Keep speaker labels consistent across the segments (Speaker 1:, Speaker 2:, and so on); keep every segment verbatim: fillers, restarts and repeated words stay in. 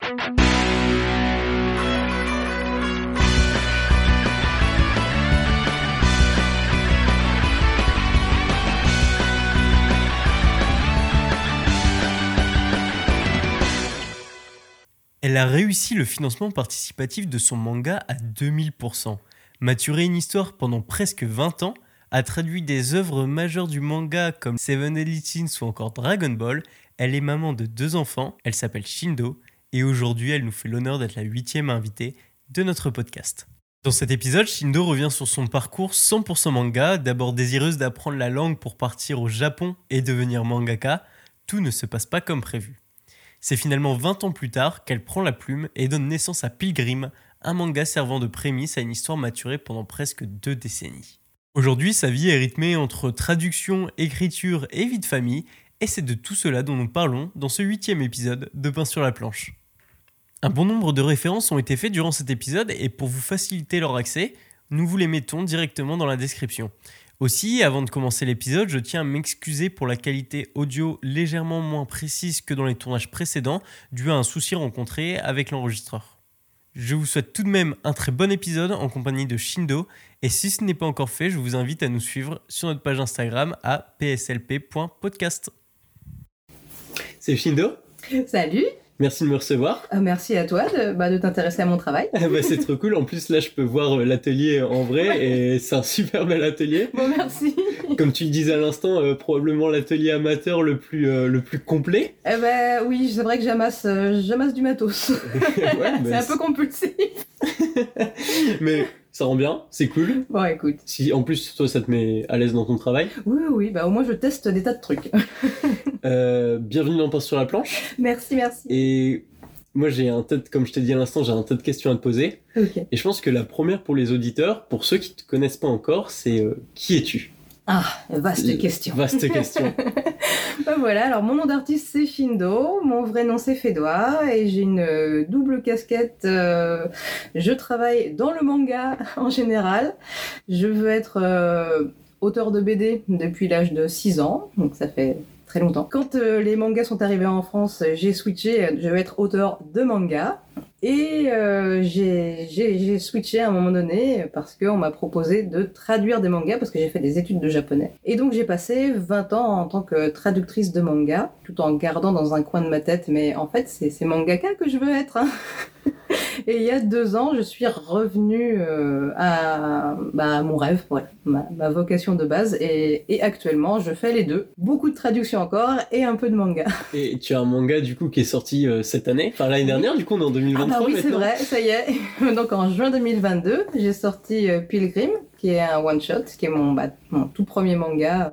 Speaker 1: Elle a réussi le financement participatif de son manga à deux mille pour cent, maturé une histoire pendant presque vingt ans, a traduit des œuvres majeures du manga comme Seven Deadly Sins ou encore Dragon Ball. Elle est maman de deux enfants, elle s'appelle Shindo, et aujourd'hui elle nous fait l'honneur d'être la huitième invitée de notre podcast. Dans cet épisode, Shindo revient sur son parcours cent pour cent manga, d'abord désireuse d'apprendre la langue pour partir au Japon et devenir mangaka. Tout ne se passe pas comme prévu. C'est finalement vingt ans plus tard qu'elle prend la plume et donne naissance à Pilgrim, un manga servant de prémisse à une histoire maturée pendant presque deux décennies. Aujourd'hui, sa vie est rythmée entre traduction, écriture et vie de famille, et c'est de tout cela dont nous parlons dans ce huitième épisode de Pain sur la planche. Un bon nombre de références ont été faites durant cet épisode, et pour vous faciliter leur accès, nous vous les mettons directement dans la description. Aussi, avant de commencer l'épisode, je tiens à m'excuser pour la qualité audio légèrement moins précise que dans les tournages précédents, dû à un souci rencontré avec l'enregistreur. Je vous souhaite tout de même un très bon épisode en compagnie de Shindo, et si ce n'est pas encore fait, je vous invite à nous suivre sur notre page Instagram à p s l p point podcast. C'est Shindo.
Speaker 2: Salut.
Speaker 1: Merci de me recevoir.
Speaker 2: Euh, merci à toi de, bah, de t'intéresser à mon travail.
Speaker 1: bah, c'est trop cool. En plus, là, je peux voir l'atelier en vrai ouais. Et c'est un super bel atelier.
Speaker 2: Bon, merci.
Speaker 1: Comme tu le disais à l'instant, euh, probablement l'atelier amateur le plus, euh, le plus complet.
Speaker 2: Eh ben, oui, c'est vrai que j'amasse, euh, j'amasse du matos. ouais, c'est un peu compulsif.
Speaker 1: Mais ça rend bien, c'est cool.
Speaker 2: Bon, écoute.
Speaker 1: Si en plus, toi, ça te met à l'aise dans ton travail.
Speaker 2: Oui, oui, bah au moins je teste des tas de trucs.
Speaker 1: euh, bienvenue dans Pain sur la planche.
Speaker 2: Merci, merci.
Speaker 1: Et moi, j'ai un tas de, comme je t'ai dit à l'instant, j'ai un tas de questions à te poser.
Speaker 2: Okay.
Speaker 1: Et je pense que la première pour les auditeurs, pour ceux qui te connaissent pas encore, c'est euh, qui es-tu ?
Speaker 2: Ah, vaste L- question.
Speaker 1: Vaste question.
Speaker 2: Ben voilà, alors mon nom d'artiste c'est Shindo, mon vrai nom c'est Fédois et j'ai une euh, double casquette. Euh, je travaille dans le manga en général. Je veux être euh, auteur de B D depuis l'âge de six ans, donc ça fait très longtemps. Quand euh, les mangas sont arrivés en France, j'ai switché, je veux être auteur de manga. Et euh, j'ai, j'ai, j'ai switché à un moment donné parce qu'on m'a proposé de traduire des mangas parce que j'ai fait des études de japonais. Et donc j'ai passé vingt ans en tant que traductrice de manga, tout en gardant dans un coin de ma tête, mais en fait c'est, c'est mangaka que je veux être. Hein. Et il y a deux ans, je suis revenue euh, à, bah, à mon rêve, voilà, ma, ma vocation de base. Et, et actuellement, je fais les deux. Beaucoup de traduction encore et un peu de manga.
Speaker 1: Et tu as un manga du coup qui est sorti euh, cette année, enfin l'année dernière, du coup on est en deux mille vingt-trois
Speaker 2: ah bah oui,
Speaker 1: maintenant.
Speaker 2: C'est vrai, ça y est. Donc en juin deux mille vingt-deux, j'ai sorti euh, Pilgrim, qui est un one-shot, qui est mon, bah, mon tout premier manga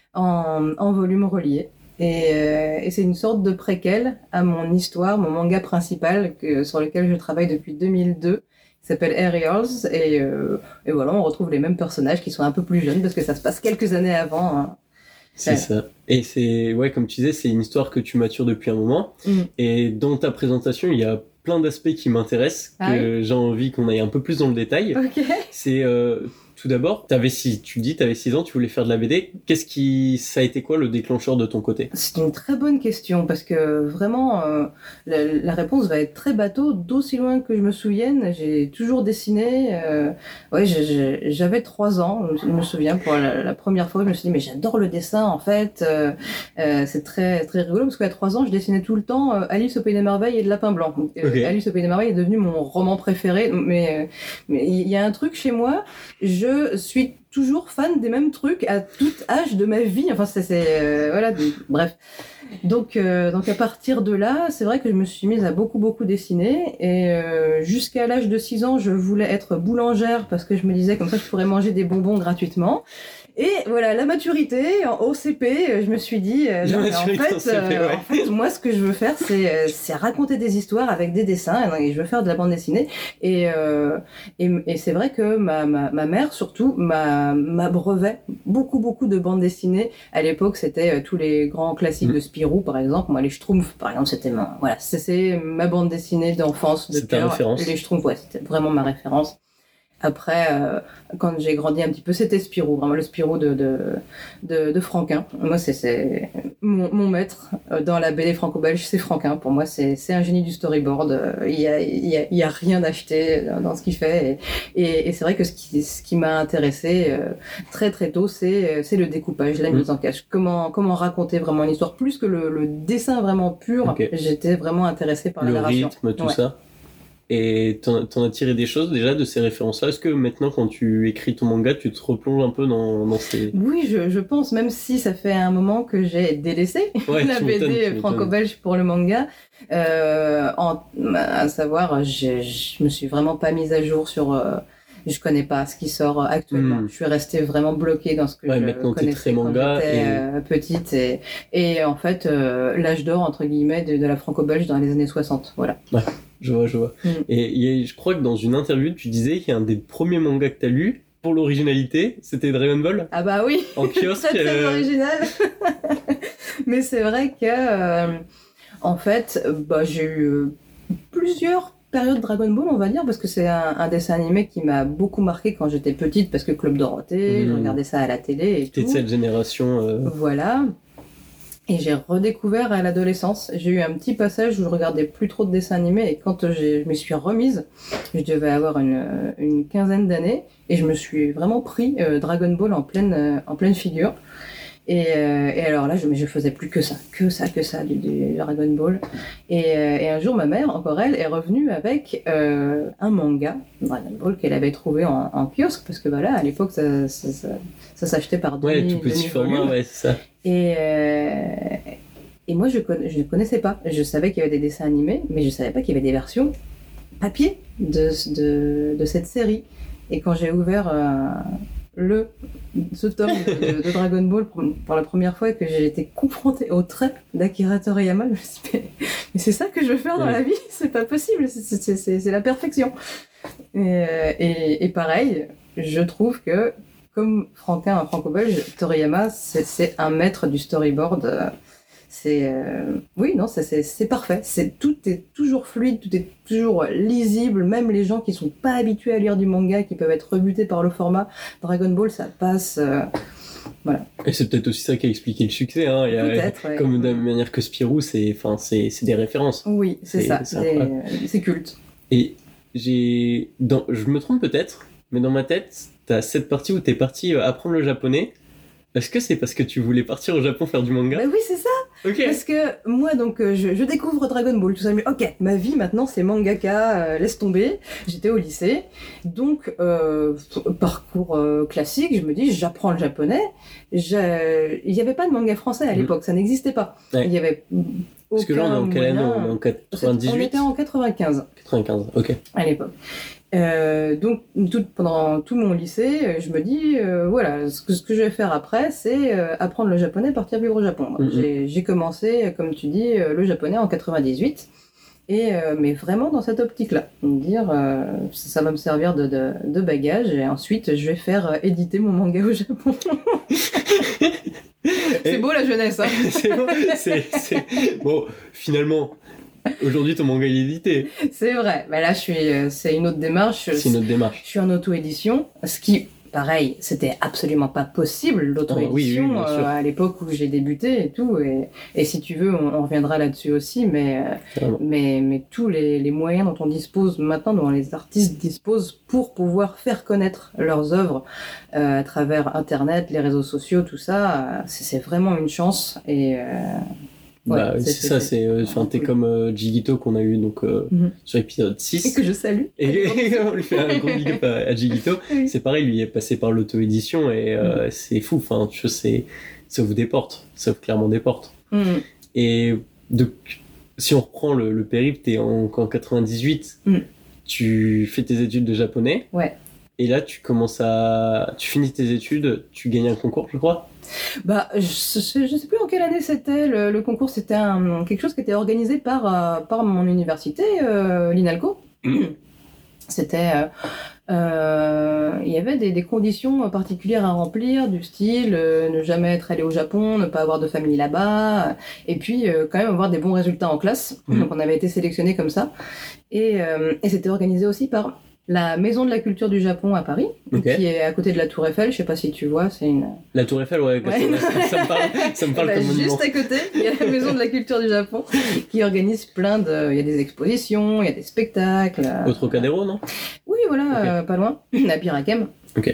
Speaker 2: en, en volume relié. Et, euh, et c'est une sorte de préquel à mon histoire, mon manga principal que, sur lequel je travaille depuis deux mille deux, qui s'appelle Aerials. Et, euh, et voilà, on retrouve les mêmes personnages qui sont un peu plus jeunes parce que ça se passe quelques années avant. Hein.
Speaker 1: C'est ouais. ça. Et c'est, ouais, comme tu disais, c'est une histoire que tu matures depuis un moment. Mm. Et dans ta présentation, il y a plein d'aspects qui m'intéressent, ah que oui. j'ai envie qu'on aille un peu plus dans le détail.
Speaker 2: Okay.
Speaker 1: C'est... Euh, Tout d'abord, t'avais six, tu dis, tu avais six ans, tu voulais faire de la B D. Qu'est-ce qui, ça a été quoi le déclencheur de ton côté ?
Speaker 2: C'est une très bonne question parce que vraiment, euh, la, la réponse va être très bateau. D'aussi loin que je me souvienne, j'ai toujours dessiné. Euh, ouais, j'ai, j'ai, j'avais trois ans, je me souviens pour la, la première fois, je me suis dit mais j'adore le dessin en fait. Euh, euh, c'est très très rigolo parce qu'à trois ans, je dessinais tout le temps euh, Alice au pays des merveilles et de Lapin Blanc. Donc, euh, okay. Alice au pays des merveilles est devenu mon roman préféré. Mais mais il y a un truc chez moi. Je Je suis toujours fan des mêmes trucs à tout âge de ma vie. Enfin, c'est, c'est euh, voilà. Donc, bref. Donc, euh, donc à partir de là, c'est vrai que je me suis mise à beaucoup, beaucoup dessiner. Et euh, jusqu'à l'âge de six ans, je voulais être boulangère parce que je me disais comme ça, je pourrais manger des bonbons gratuitement. Et voilà, la maturité, en O C P, je me suis dit, euh, non, mais en, fait, C P, euh, ouais. en fait, moi, ce que je veux faire, c'est, euh, c'est raconter des histoires avec des dessins, et je veux faire de la bande dessinée. Et, euh, et, et c'est vrai que ma, ma, ma mère, surtout, m'a, m'abreuvait beaucoup, beaucoup de bandes dessinées. À l'époque, c'était euh, tous les grands classiques mmh. de Spirou, par exemple. Moi, les Schtroumpfs, par exemple, c'était ma, voilà, c'est, c'est ma bande dessinée d'enfance, de
Speaker 1: cœur.
Speaker 2: Les Schtroumpfs, ouais, c'était vraiment ma référence. Après, euh, quand j'ai grandi un petit peu, c'était Spirou, vraiment le Spirou de, de, de, de Franquin. Moi, c'est, c'est mon, mon maître euh, dans la B D franco-belge, c'est Franquin. Pour moi, c'est, c'est un génie du storyboard. Euh, Il y a, il y a, il y a rien d'acheté dans, dans ce qu'il fait. Et, et, et c'est vrai que ce qui, ce qui m'a intéressé euh, très très tôt, c'est, c'est le découpage, la mise en cage. Comment, comment raconter vraiment une histoire, plus que le, le dessin vraiment pur.
Speaker 3: Okay.
Speaker 2: J'étais vraiment intéressée par
Speaker 3: le
Speaker 2: la narration.
Speaker 3: rythme, tout
Speaker 2: ouais.
Speaker 3: ça. Et t'en, t'en as tiré des choses déjà de ces références-là. Est-ce que maintenant, quand tu écris ton manga, tu te replonges un peu dans, dans ces...
Speaker 2: Oui, je, je pense, même si ça fait un moment que j'ai délaissé
Speaker 3: ouais,
Speaker 2: la B D franco-belge pour le manga. Euh, en, à savoir, je, je me suis vraiment pas mise à jour sur... Euh, je connais pas ce qui sort actuellement. Mm. Je suis restée vraiment bloquée dans ce que
Speaker 3: ouais,
Speaker 2: je
Speaker 3: maintenant
Speaker 2: connaissais
Speaker 3: t'es très
Speaker 2: quand
Speaker 3: manga
Speaker 2: j'étais
Speaker 3: et...
Speaker 2: euh, petite. Et, et en fait, euh, l'âge d'or, entre guillemets, de, de la franco-belge dans les années soixante. Voilà.
Speaker 3: Ouais. Je vois, je vois. Mm. Et y a, je crois que dans une interview, tu disais qu'il y a un des premiers mangas que t'as lu, pour l'originalité, c'était Dragon Ball.
Speaker 2: Ah bah oui.
Speaker 3: En kiosque.
Speaker 2: Très très
Speaker 3: euh...
Speaker 2: original. Mais c'est vrai que, euh, en fait, bah, j'ai eu plusieurs périodes Dragon Ball, on va dire, parce que c'est un, un dessin animé qui m'a beaucoup marqué quand j'étais petite, parce que Club Dorothée, mmh. je regardais ça à la télé et
Speaker 3: T'es
Speaker 2: tout.
Speaker 3: de cette génération. Euh...
Speaker 2: Voilà. Et j'ai redécouvert à l'adolescence. J'ai eu un petit passage où je regardais plus trop de dessins animés, et quand j'ai, je me suis remise, je devais avoir une, une quinzaine d'années, et je me suis vraiment pris euh, Dragon Ball en pleine, euh, en pleine figure. Et, euh, et alors là, je, je faisais plus que ça, que ça, que ça, du, du Dragon Ball. Et, euh, et un jour, ma mère, encore elle, est revenue avec euh, un manga, Dragon Ball, qu'elle avait trouvé en, en kiosque, parce que voilà, à l'époque, ça, ça, ça, ça s'achetait par
Speaker 3: ouais,
Speaker 2: demi,
Speaker 3: tout petit format, ouais, c'est ça.
Speaker 2: Et, euh, et moi, je ne je connaissais pas. Je savais qu'il y avait des dessins animés, mais je savais pas qu'il y avait des versions papier de, de, de cette série. Et quand j'ai ouvert euh, le, ce tome de, de, de Dragon Ball pour, pour la première fois et que j'ai été confrontée au trait d'Akira Toriyama, je me suis dit, mais, mais c'est ça que je veux faire dans ouais. la vie, c'est pas possible, c'est, c'est, c'est, c'est la perfection. Et, et, et pareil, je trouve que, comme Franquin, un franco-belge, Toriyama, c'est, c'est un maître du storyboard. C'est euh... oui, non, c'est, c'est, c'est parfait. C'est, tout est toujours fluide, tout est toujours lisible. Même les gens qui sont pas habitués à lire du manga, qui peuvent être rebutés par le format Dragon Ball, ça passe. Euh... Voilà.
Speaker 3: Et c'est peut-être aussi ça qui a expliqué le succès. Hein. Il y a,
Speaker 2: peut-être, ouais.
Speaker 3: Comme de la même manière que Spirou, c'est, enfin, c'est, c'est des références.
Speaker 2: Oui, c'est, c'est ça. C'est, c'est, c'est culte.
Speaker 3: Et j'ai, dans... je me trompe peut-être, mais dans ma tête, t'as cette partie où t'es parti apprendre le japonais. Est-ce que c'est parce que tu voulais partir au Japon faire du manga ?
Speaker 2: Bah oui, c'est ça.
Speaker 3: Okay.
Speaker 2: Parce que moi, donc, je, je découvre Dragon Ball, tout ça. Mais ok, ma vie maintenant, c'est mangaka, euh, laisse tomber. J'étais au lycée, donc euh, parcours euh, classique. Je me dis, j'apprends le japonais. J'ai... Il n'y avait pas de manga français à l'époque, mmh. ça n'existait pas.
Speaker 3: Ouais.
Speaker 2: Il y avait.
Speaker 3: Parce que là, on est en quelle année ? On est en quatre-vingt-dix-huit ?
Speaker 2: On était en quatre-vingt-quinze.
Speaker 3: quatre-vingt-quinze, ok.
Speaker 2: À l'époque. Euh, donc tout, pendant tout mon lycée, je me dis euh, voilà, ce que, ce que je vais faire après, c'est euh, apprendre le japonais, partir vivre au Japon. Mm-hmm. J'ai, j'ai commencé, comme tu dis, euh, le japonais en quatre-vingt-dix-huit, et euh, mais vraiment dans cette optique-là, me dire euh, ça, ça va me servir de, de, de bagage, et ensuite je vais faire euh, éditer mon manga au Japon. C'est et... beau la jeunesse, hein.
Speaker 3: C'est beau, c'est, c'est... bon, finalement. Aujourd'hui, ton manga est édité.
Speaker 2: C'est vrai. Mais là, je suis, c'est une autre démarche.
Speaker 3: C'est une autre démarche.
Speaker 2: Je suis en auto-édition, ce qui, pareil, c'était absolument pas possible, l'auto-édition,
Speaker 3: oh, oui, oui,
Speaker 2: euh, à l'époque où j'ai débuté et tout. Et, et si tu veux, on, on reviendra là-dessus aussi, mais, mais, mais tous les, les moyens dont on dispose maintenant, dont les artistes disposent pour pouvoir faire connaître leurs œuvres euh, à travers Internet, les réseaux sociaux, tout ça, c'est, c'est vraiment une chance. Et... Euh,
Speaker 3: Ouais, bah, c'est, c'est ça, c'est, enfin, euh, t'es comme euh, Jigito qu'on a eu donc euh, mm-hmm. sur l'épisode six.
Speaker 2: Et que je salue.
Speaker 3: Et, et on lui fait un gros big up à, à Jigito. Oui. C'est pareil, lui est passé par l'auto-édition et euh, mm-hmm. c'est fou, enfin, tu vois, c'est, ça ouvre des portes, ça ouvre clairement des portes. Mm-hmm. Et donc, si on reprend le, le périple, t'es en, en quatre-vingt-dix-huit, mm. tu fais tes études de japonais.
Speaker 2: Ouais.
Speaker 3: Et là, tu commences à, tu finis tes études, tu gagnes un concours, je crois.
Speaker 2: Bah, je, je, je sais plus en quelle année c'était. Le, le concours, c'était un, quelque chose qui était organisé par, euh, par mon université, euh, l'INALCO. Mmh. C'était, euh, euh, il y avait des, des conditions particulières à remplir, du style euh, ne jamais être allé au Japon, ne pas avoir de famille là-bas, et puis euh, quand même avoir des bons résultats en classe. Mmh. Donc on avait été sélectionnés comme ça. Et, euh, et c'était organisé aussi par la Maison de la Culture du Japon à Paris,
Speaker 3: Okay.
Speaker 2: qui est à côté de la Tour Eiffel. Je sais pas si tu vois, c'est une.
Speaker 3: La Tour Eiffel, ouais,
Speaker 2: Ouais.
Speaker 3: ça, ça me parle, ça me parle
Speaker 2: Bah,
Speaker 3: comme monument.
Speaker 2: juste à côté, il y a la Maison de la Culture du Japon qui organise plein de. Il y a des expositions, il y a des spectacles.
Speaker 3: Au Trocadéro, non?
Speaker 2: Oui, voilà,
Speaker 3: Ok.
Speaker 2: euh, pas loin, à Pirakem.
Speaker 3: Ok.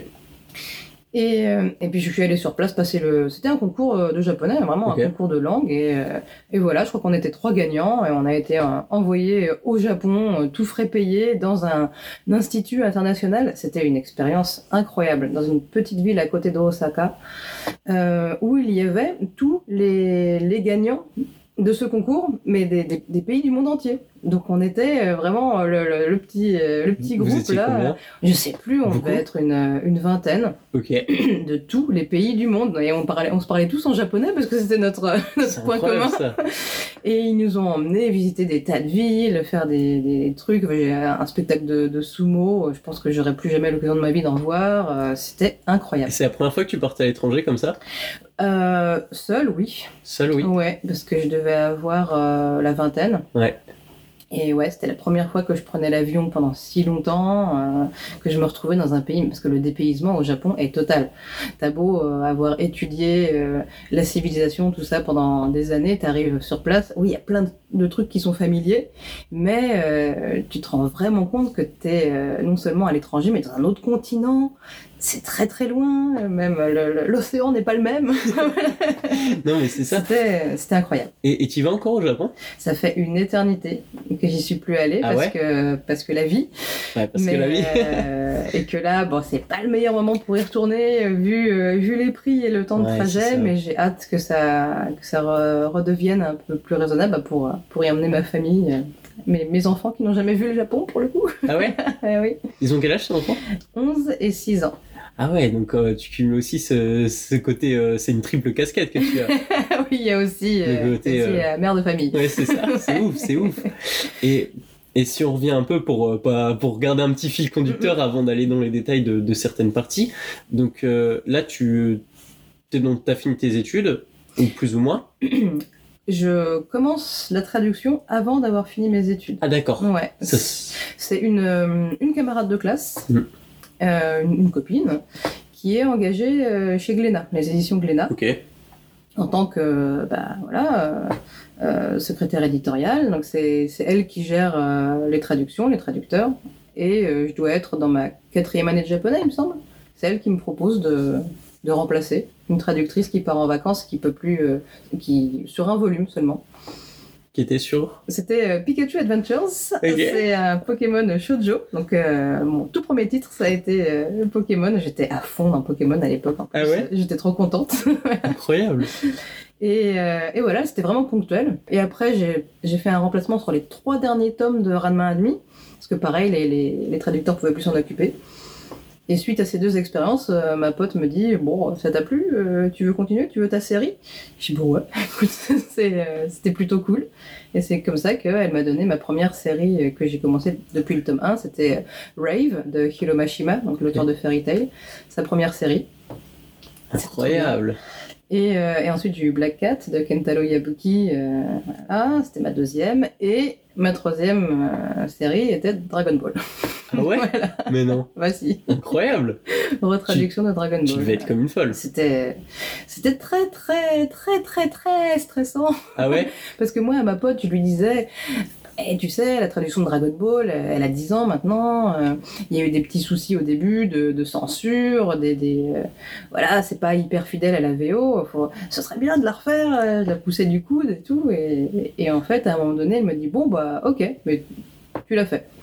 Speaker 2: Et, euh, et puis je suis allée sur place passer le. C'était un concours euh, de japonais, vraiment
Speaker 3: Ok.
Speaker 2: un concours de langue. Et, euh, et voilà, je crois qu'on était trois gagnants et on a été euh, envoyés au Japon, euh, tout frais payé, dans un, un institut international. C'était une expérience incroyable, dans une petite ville à côté d'Osaka, euh, où il y avait tous les, les gagnants de ce concours, mais des, des, des pays du monde entier. Donc on était euh, vraiment euh, le, le, le petit, euh, le petit
Speaker 3: Vous
Speaker 2: groupe
Speaker 3: étiez
Speaker 2: là.
Speaker 3: combien?
Speaker 2: Je sais plus, on
Speaker 3: Beaucoup
Speaker 2: devait être une, une vingtaine
Speaker 3: Ok.
Speaker 2: de tous les pays du monde. Et on, parlait, on se parlait tous en japonais parce que c'était notre, notre
Speaker 3: C'est
Speaker 2: point commun.
Speaker 3: incroyable, ça.
Speaker 2: Et ils nous ont emmenés visiter des tas de villes, faire des, des trucs. J'ai un spectacle de, de sumo. Je pense que j'aurai plus jamais l'occasion de ma vie d'en voir. Euh, C'était
Speaker 3: Et
Speaker 2: incroyable.
Speaker 3: c'est la première fois que tu partais à l'étranger comme ça?
Speaker 2: Euh, seul, oui.
Speaker 3: Seul, oui.
Speaker 2: Ouais, parce que je devais avoir euh, la vingtaine.
Speaker 3: Ouais.
Speaker 2: Et ouais, c'était la première fois que je prenais l'avion pendant si longtemps, euh, que je me retrouvais dans un pays, parce que le dépaysement au Japon est total. T'as beau euh, avoir étudié euh, la civilisation, tout ça pendant des années, t'arrives sur place, oui, il y a plein de, de trucs qui sont familiers, mais euh, tu te rends vraiment compte que t'es euh, non seulement à l'étranger, mais dans un autre continent. C'est très très loin, même le- le- l'océan n'est pas le même.
Speaker 3: Non, mais c'est ça.
Speaker 2: C'était c'était incroyable.
Speaker 3: Et et tu vas encore au Japon?
Speaker 2: Ça fait une éternité que j'y suis plus allée
Speaker 3: Ah
Speaker 2: parce
Speaker 3: ouais
Speaker 2: que parce que la vie.
Speaker 3: Ouais, parce
Speaker 2: mais,
Speaker 3: que la vie.
Speaker 2: euh, et que là, bon, c'est pas le meilleur moment pour y retourner euh, vu euh, vu les prix et le temps de
Speaker 3: Ouais, c'est
Speaker 2: trajet,
Speaker 3: ça.
Speaker 2: mais j'ai hâte que ça que ça re- redevienne un peu plus raisonnable pour pour y emmener ma famille, euh, mes mes enfants qui n'ont jamais vu le Japon pour le coup.
Speaker 3: Ah ouais?
Speaker 2: Ah oui,
Speaker 3: Ils ont quel âge, tes enfants?
Speaker 2: onze et six ans.
Speaker 3: Ah ouais, donc euh, tu cumules aussi ce, ce côté, euh, c'est une triple casquette que tu as.
Speaker 2: Oui, il y a aussi,
Speaker 3: Le
Speaker 2: euh,
Speaker 3: côté,
Speaker 2: aussi,
Speaker 3: euh,
Speaker 2: euh, mère de famille.
Speaker 3: Ouais, c'est ça, c'est ouf, c'est ouf. Et, et si on revient un peu pour, euh, pas- pour garder un petit fil conducteur avant d'aller dans les détails de, de certaines parties, donc euh, là, tu t'es donc, t'as fini tes études, ou plus ou moins.
Speaker 2: Je commence la traduction avant d'avoir fini mes études.
Speaker 3: Ah d'accord.
Speaker 2: Ouais.
Speaker 3: Ça, c'est-
Speaker 2: C'est une, euh, une camarade de classe,
Speaker 3: Mm.
Speaker 2: euh, une, une copine, qui est engagée euh, chez Glénat, les éditions Glénat,
Speaker 3: ok.
Speaker 2: en tant que bah, voilà, euh, euh, secrétaire éditoriale. Donc c'est c'est elle qui gère euh, les traductions, les traducteurs. Et euh, je dois être dans ma quatrième année de japonais, il me semble. C'est elle qui me propose de, de remplacer une traductrice qui part en vacances, qui peut plus, euh, qui sur un volume seulement.
Speaker 3: Qui était sur.
Speaker 2: C'était euh, Pikachu Adventures.
Speaker 3: Ok.
Speaker 2: C'est un Pokémon shoujo. Donc euh, mon tout premier titre, ça a été euh, Pokémon. J'étais à fond dans Pokémon à l'époque. En plus.
Speaker 3: Ah ouais
Speaker 2: J'étais trop contente.
Speaker 3: Incroyable.
Speaker 2: Et, euh, et voilà, c'était vraiment ponctuel. Et après, j'ai j'ai fait un remplacement sur les trois derniers tomes de Ranma et demi. Parce que pareil, les, les, les traducteurs pouvaient plus s'en occuper. Et suite à ces deux expériences, euh, ma pote me dit bon, ça t'a plu, euh, tu veux continuer, tu veux ta série? Je dis bon ouais, écoute, c'est, euh, c'était plutôt cool. Et c'est comme ça qu'elle m'a donné ma première série euh, que j'ai commencé depuis le tome un, c'était euh, Rave de Hiro Mashima, donc l'auteur de Fairy Tail, sa première série.
Speaker 3: Incroyable.
Speaker 2: Et, euh, et ensuite j'ai eu Black Cat de Kentaro Yabuki, euh, voilà, c'était ma deuxième. Et ma troisième euh, série était Dragon Ball.
Speaker 3: Ah ouais?
Speaker 2: Voilà,
Speaker 3: Mais non.
Speaker 2: voici,
Speaker 3: Incroyable.
Speaker 2: retraduction de Dragon Ball.
Speaker 3: Tu devais être comme une folle.
Speaker 2: C'était, c'était très très très très très stressant
Speaker 3: Ah ouais?
Speaker 2: parce que moi à ma pote je lui disais eh, tu sais la traduction de Dragon Ball elle a dix ans maintenant, euh, il y a eu des petits soucis au début de, de censure, des, des euh, voilà c'est pas hyper fidèle à la V O, faut, ce serait bien de la refaire, euh, de la pousser du coude et tout et, et, et en fait à un moment donné elle me dit bon bah ok mais tu l'as fait.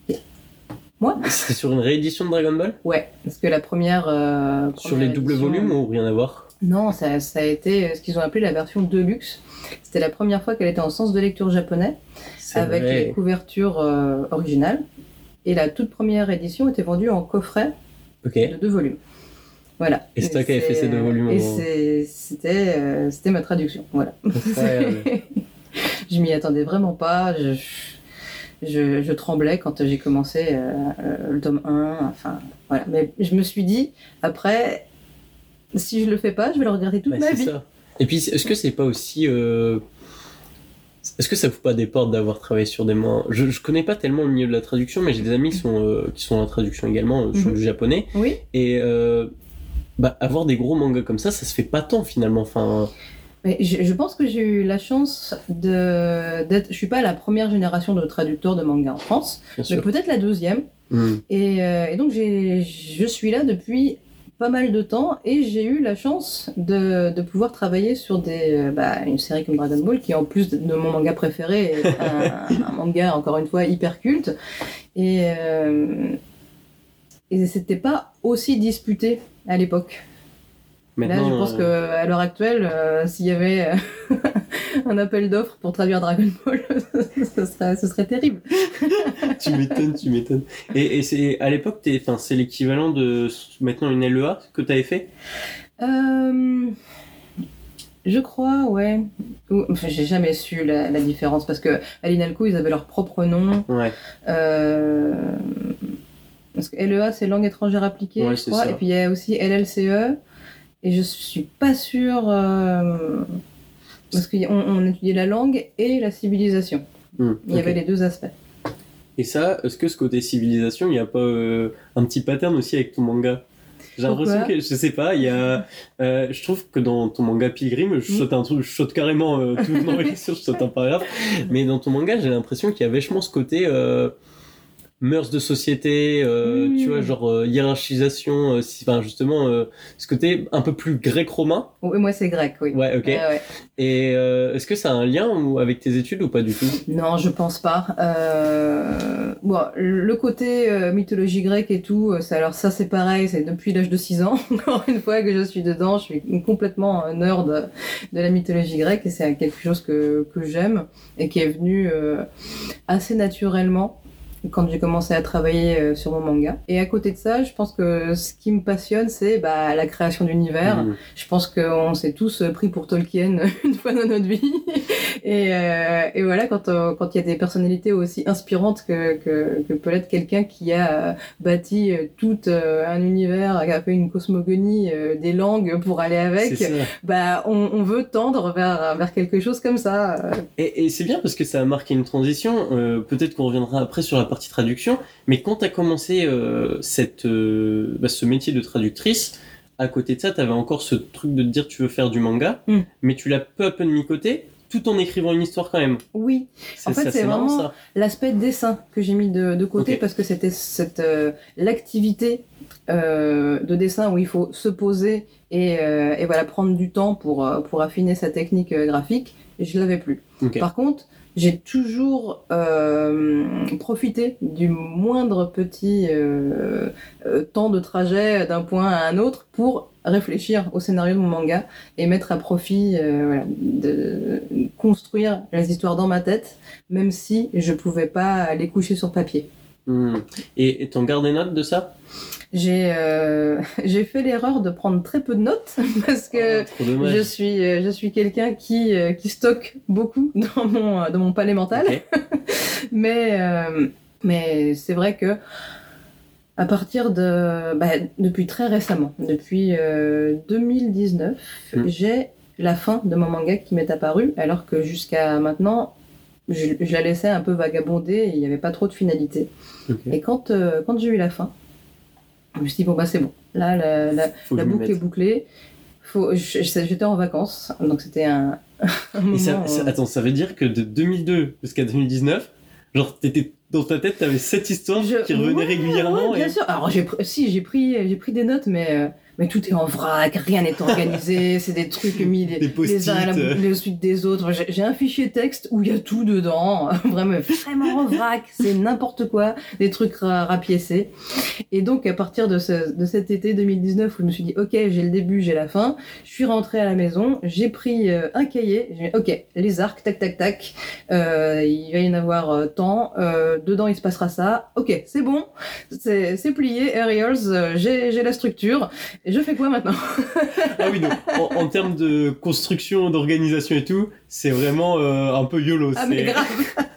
Speaker 2: Moi
Speaker 3: C'était sur une réédition de Dragon Ball?
Speaker 2: ouais parce que la première, euh,
Speaker 3: Sur
Speaker 2: première
Speaker 3: les doubles
Speaker 2: édition-
Speaker 3: volumes ou rien à voir?
Speaker 2: Non, ça, ça a été ce qu'ils ont appelé la version Deluxe. C'était la première fois qu'elle était en sens de lecture japonais,
Speaker 3: C'est
Speaker 2: avec
Speaker 3: vrai.
Speaker 2: les couvertures euh, originales. Et la toute première édition était vendue en coffret
Speaker 3: Ok.
Speaker 2: de deux volumes. Voilà.
Speaker 3: Et c'est toi qui avais fait ces deux volumes
Speaker 2: Et
Speaker 3: en-
Speaker 2: c'est- c'était euh, c'était ma traduction. Voilà.
Speaker 3: Incroyable.
Speaker 2: Je m'y attendais vraiment pas. Je, je, je tremblais quand j'ai commencé euh, euh, le tome un. Enfin, voilà. Mais je me suis dit, après, si je le fais pas, je vais le regarder toute
Speaker 3: Bah,
Speaker 2: ma
Speaker 3: c'est
Speaker 2: vie.
Speaker 3: ça. Et puis, est-ce que c'est pas aussi euh, est-ce que ça vous pas des portes d'avoir travaillé sur des mangas? Je, je connais pas tellement le milieu de la traduction, mais j'ai des amis qui sont, euh, qui sont en traduction également, euh, sur
Speaker 2: Mhm.
Speaker 3: du japonais.
Speaker 2: Oui.
Speaker 3: Et euh, bah, avoir des gros mangas comme ça, ça se fait pas tant finalement. Enfin,
Speaker 2: Mais je, je pense que j'ai eu la chance de d'être. Je suis pas la première génération de traducteurs de manga en France,
Speaker 3: bien
Speaker 2: mais
Speaker 3: sûr.
Speaker 2: peut-être la deuxième.
Speaker 3: Hmm.
Speaker 2: Et, euh, et donc j'ai, je suis là depuis pas mal de temps et j'ai eu la chance de, de pouvoir travailler sur des, euh, bah, une série comme Dragon Ball qui en plus de, de mon manga préféré est un, un manga encore une fois hyper culte. Et, euh, et c'était pas aussi disputé à l'époque.
Speaker 3: Maintenant,
Speaker 2: Là, je pense
Speaker 3: euh,
Speaker 2: que à l'heure actuelle, euh, s'il y avait euh, un appel d'offres pour traduire Dragon Ball, ce serait, ce serait terrible.
Speaker 3: tu m'étonnes, tu m'étonnes. Et, et c'est à l'époque, t'es, enfin, c'est l'équivalent de maintenant une L E A que t'avais fait.
Speaker 2: Euh, je crois, ouais. Ou- Enfin, j'ai jamais su la, la différence parce que à l'INALCO, ils avaient leur propre nom.
Speaker 3: Ouais.
Speaker 2: Euh, parce que L E A, c'est langue étrangère appliquée,
Speaker 3: Ouais,
Speaker 2: je
Speaker 3: c'est
Speaker 2: crois.
Speaker 3: ça.
Speaker 2: Et puis il y a aussi L L C E. Et je suis pas sûre. euh, Parce qu'on on étudiait la langue et la civilisation.
Speaker 3: Hmm,
Speaker 2: Il y
Speaker 3: ok.
Speaker 2: avait les deux aspects.
Speaker 3: Et ça, est-ce que ce côté civilisation, il n'y a pas euh, un petit pattern aussi avec ton manga? J'ai l'impression
Speaker 2: Pourquoi
Speaker 3: que, je sais pas, il y a, euh, je trouve que dans ton manga Pilgrim, je
Speaker 2: Mm.
Speaker 3: saute un truc, je saute carrément euh, tout, non, bien sûr, je saute un paragraphe, mais dans ton manga, j'ai l'impression qu'il y a vachement ce côté euh, mœurs de société, euh,
Speaker 2: Mm.
Speaker 3: tu vois, genre euh, hiérarchisation, euh, si- enfin justement, euh, ce côté un peu plus grec-romain.
Speaker 2: Oui, moi, c'est grec, oui.
Speaker 3: Ouais, ok.
Speaker 2: Ouais, ouais.
Speaker 3: Et euh, est-ce que ça a un lien ou, avec tes études ou pas du tout?
Speaker 2: Non, je pense pas. Euh, Bon, le côté euh, mythologie grecque et tout, euh, ça, alors ça c'est pareil, c'est depuis l'âge de six ans, encore une fois que je suis dedans, je suis complètement euh, nerd de, de la mythologie grecque et c'est quelque chose que, que j'aime et qui est venu euh, assez naturellement quand j'ai commencé à travailler euh, sur mon manga. Et à côté de ça, je pense que ce qui me passionne, c'est bah, la création d'univers.
Speaker 3: Hmm.
Speaker 2: Je pense qu'on s'est tous pris pour Tolkien une fois dans notre vie. Et, euh, et voilà, quand euh, quand il y a des personnalités aussi inspirantes que, que, que peut l'être quelqu'un qui a euh, bâti euh, tout euh, un univers, qui a fait une cosmogonie, euh, des langues pour aller avec,
Speaker 3: C'est ça.
Speaker 2: bah on, on veut tendre vers, vers quelque chose comme ça. euh.
Speaker 3: Et, et c'est bien parce que ça a marqué une transition. Euh, peut-être qu'on reviendra après sur la partie traduction. Mais quand tu as commencé euh, cette, euh, bah, ce métier de traductrice, à côté de ça, tu avais encore ce truc de te dire tu veux faire du manga,
Speaker 2: Mm.
Speaker 3: mais tu l'as peu à peu mis côté, tout en écrivant une histoire quand même.
Speaker 2: Oui, En fait,
Speaker 3: ça,
Speaker 2: c'est
Speaker 3: marrant,
Speaker 2: vraiment-
Speaker 3: ça.
Speaker 2: l'aspect dessin que j'ai mis de, de côté
Speaker 3: Ok.
Speaker 2: parce que c'était cette euh, l'activité euh, de dessin où il faut se poser et, euh, et voilà prendre du temps pour euh, pour affiner sa technique euh, graphique. Et je l'avais plus.
Speaker 3: Ok.
Speaker 2: Par contre, j'ai toujours euh, profité du moindre petit euh, euh, temps de trajet d'un point à un autre pour réfléchir au scénario de mon manga et mettre à profit, euh, voilà, de construire les histoires dans ma tête, même si je pouvais pas les coucher sur papier.
Speaker 3: Hmm. Et et t'en gardes des notes de ça?
Speaker 2: J'ai euh, j'ai fait l'erreur de prendre très peu de notes parce que
Speaker 3: Oh, trop dommage.
Speaker 2: je suis euh, je suis quelqu'un qui euh, qui stocke beaucoup dans mon dans mon palais mental.
Speaker 3: Ok.
Speaker 2: Mais, euh, mais c'est vrai que à partir de... Bah, depuis très récemment, depuis euh, deux mille dix-neuf,
Speaker 3: Mm.
Speaker 2: j'ai la fin de mon manga qui m'est apparue, alors que jusqu'à maintenant, je, je la laissais un peu vagabonder et il n'y avait pas trop de finalité.
Speaker 3: Ok.
Speaker 2: Et quand, euh, quand j'ai eu la fin, je me suis dit, bon, bah c'est bon. Là, la, la,
Speaker 3: Faut que
Speaker 2: la
Speaker 3: je m'y
Speaker 2: boucle est
Speaker 3: mette.
Speaker 2: bouclée. Faut, je- je- j'étais en vacances, donc c'était un, un moment...
Speaker 3: Et ça, ça-
Speaker 2: euh,
Speaker 3: attends, ça veut dire que de deux mille deux jusqu'à deux mille dix-neuf, genre t'étais dans ta tête, t'avais cette histoire
Speaker 2: Je-
Speaker 3: qui revenait
Speaker 2: ouais,
Speaker 3: régulièrement.
Speaker 2: ouais, bien
Speaker 3: et...
Speaker 2: sûr. Alors j'ai pr- si j'ai pris j'ai pris des notes, mais euh, mais tout est en vrac, rien n'est organisé, c'est des trucs mis les,
Speaker 3: Des post-it,
Speaker 2: les uns à la,
Speaker 3: euh.
Speaker 2: les suite des autres. J'ai j'ai un fichier texte où il y a tout dedans, vraiment vraiment en vrac, c'est n'importe quoi, des trucs ra- rapiécés. Et donc à partir de ce de cet été deux mille dix-neuf où je me suis dit ok j'ai le début, j'ai la fin, je suis rentrée à la maison, j'ai pris euh, un cahier, j'ai dit ok les arcs tac tac tac, euh, il va y en avoir euh, tant, euh, dedans il se passera ça, ok c'est bon, c'est c'est plié, Aerials, euh, j'ai j'ai la structure, et je fais quoi maintenant?
Speaker 3: Ah oui, donc en, en termes de construction, d'organisation et tout, c'est vraiment euh, un peu YOLO.
Speaker 2: Ah
Speaker 3: c'est...
Speaker 2: mais grave.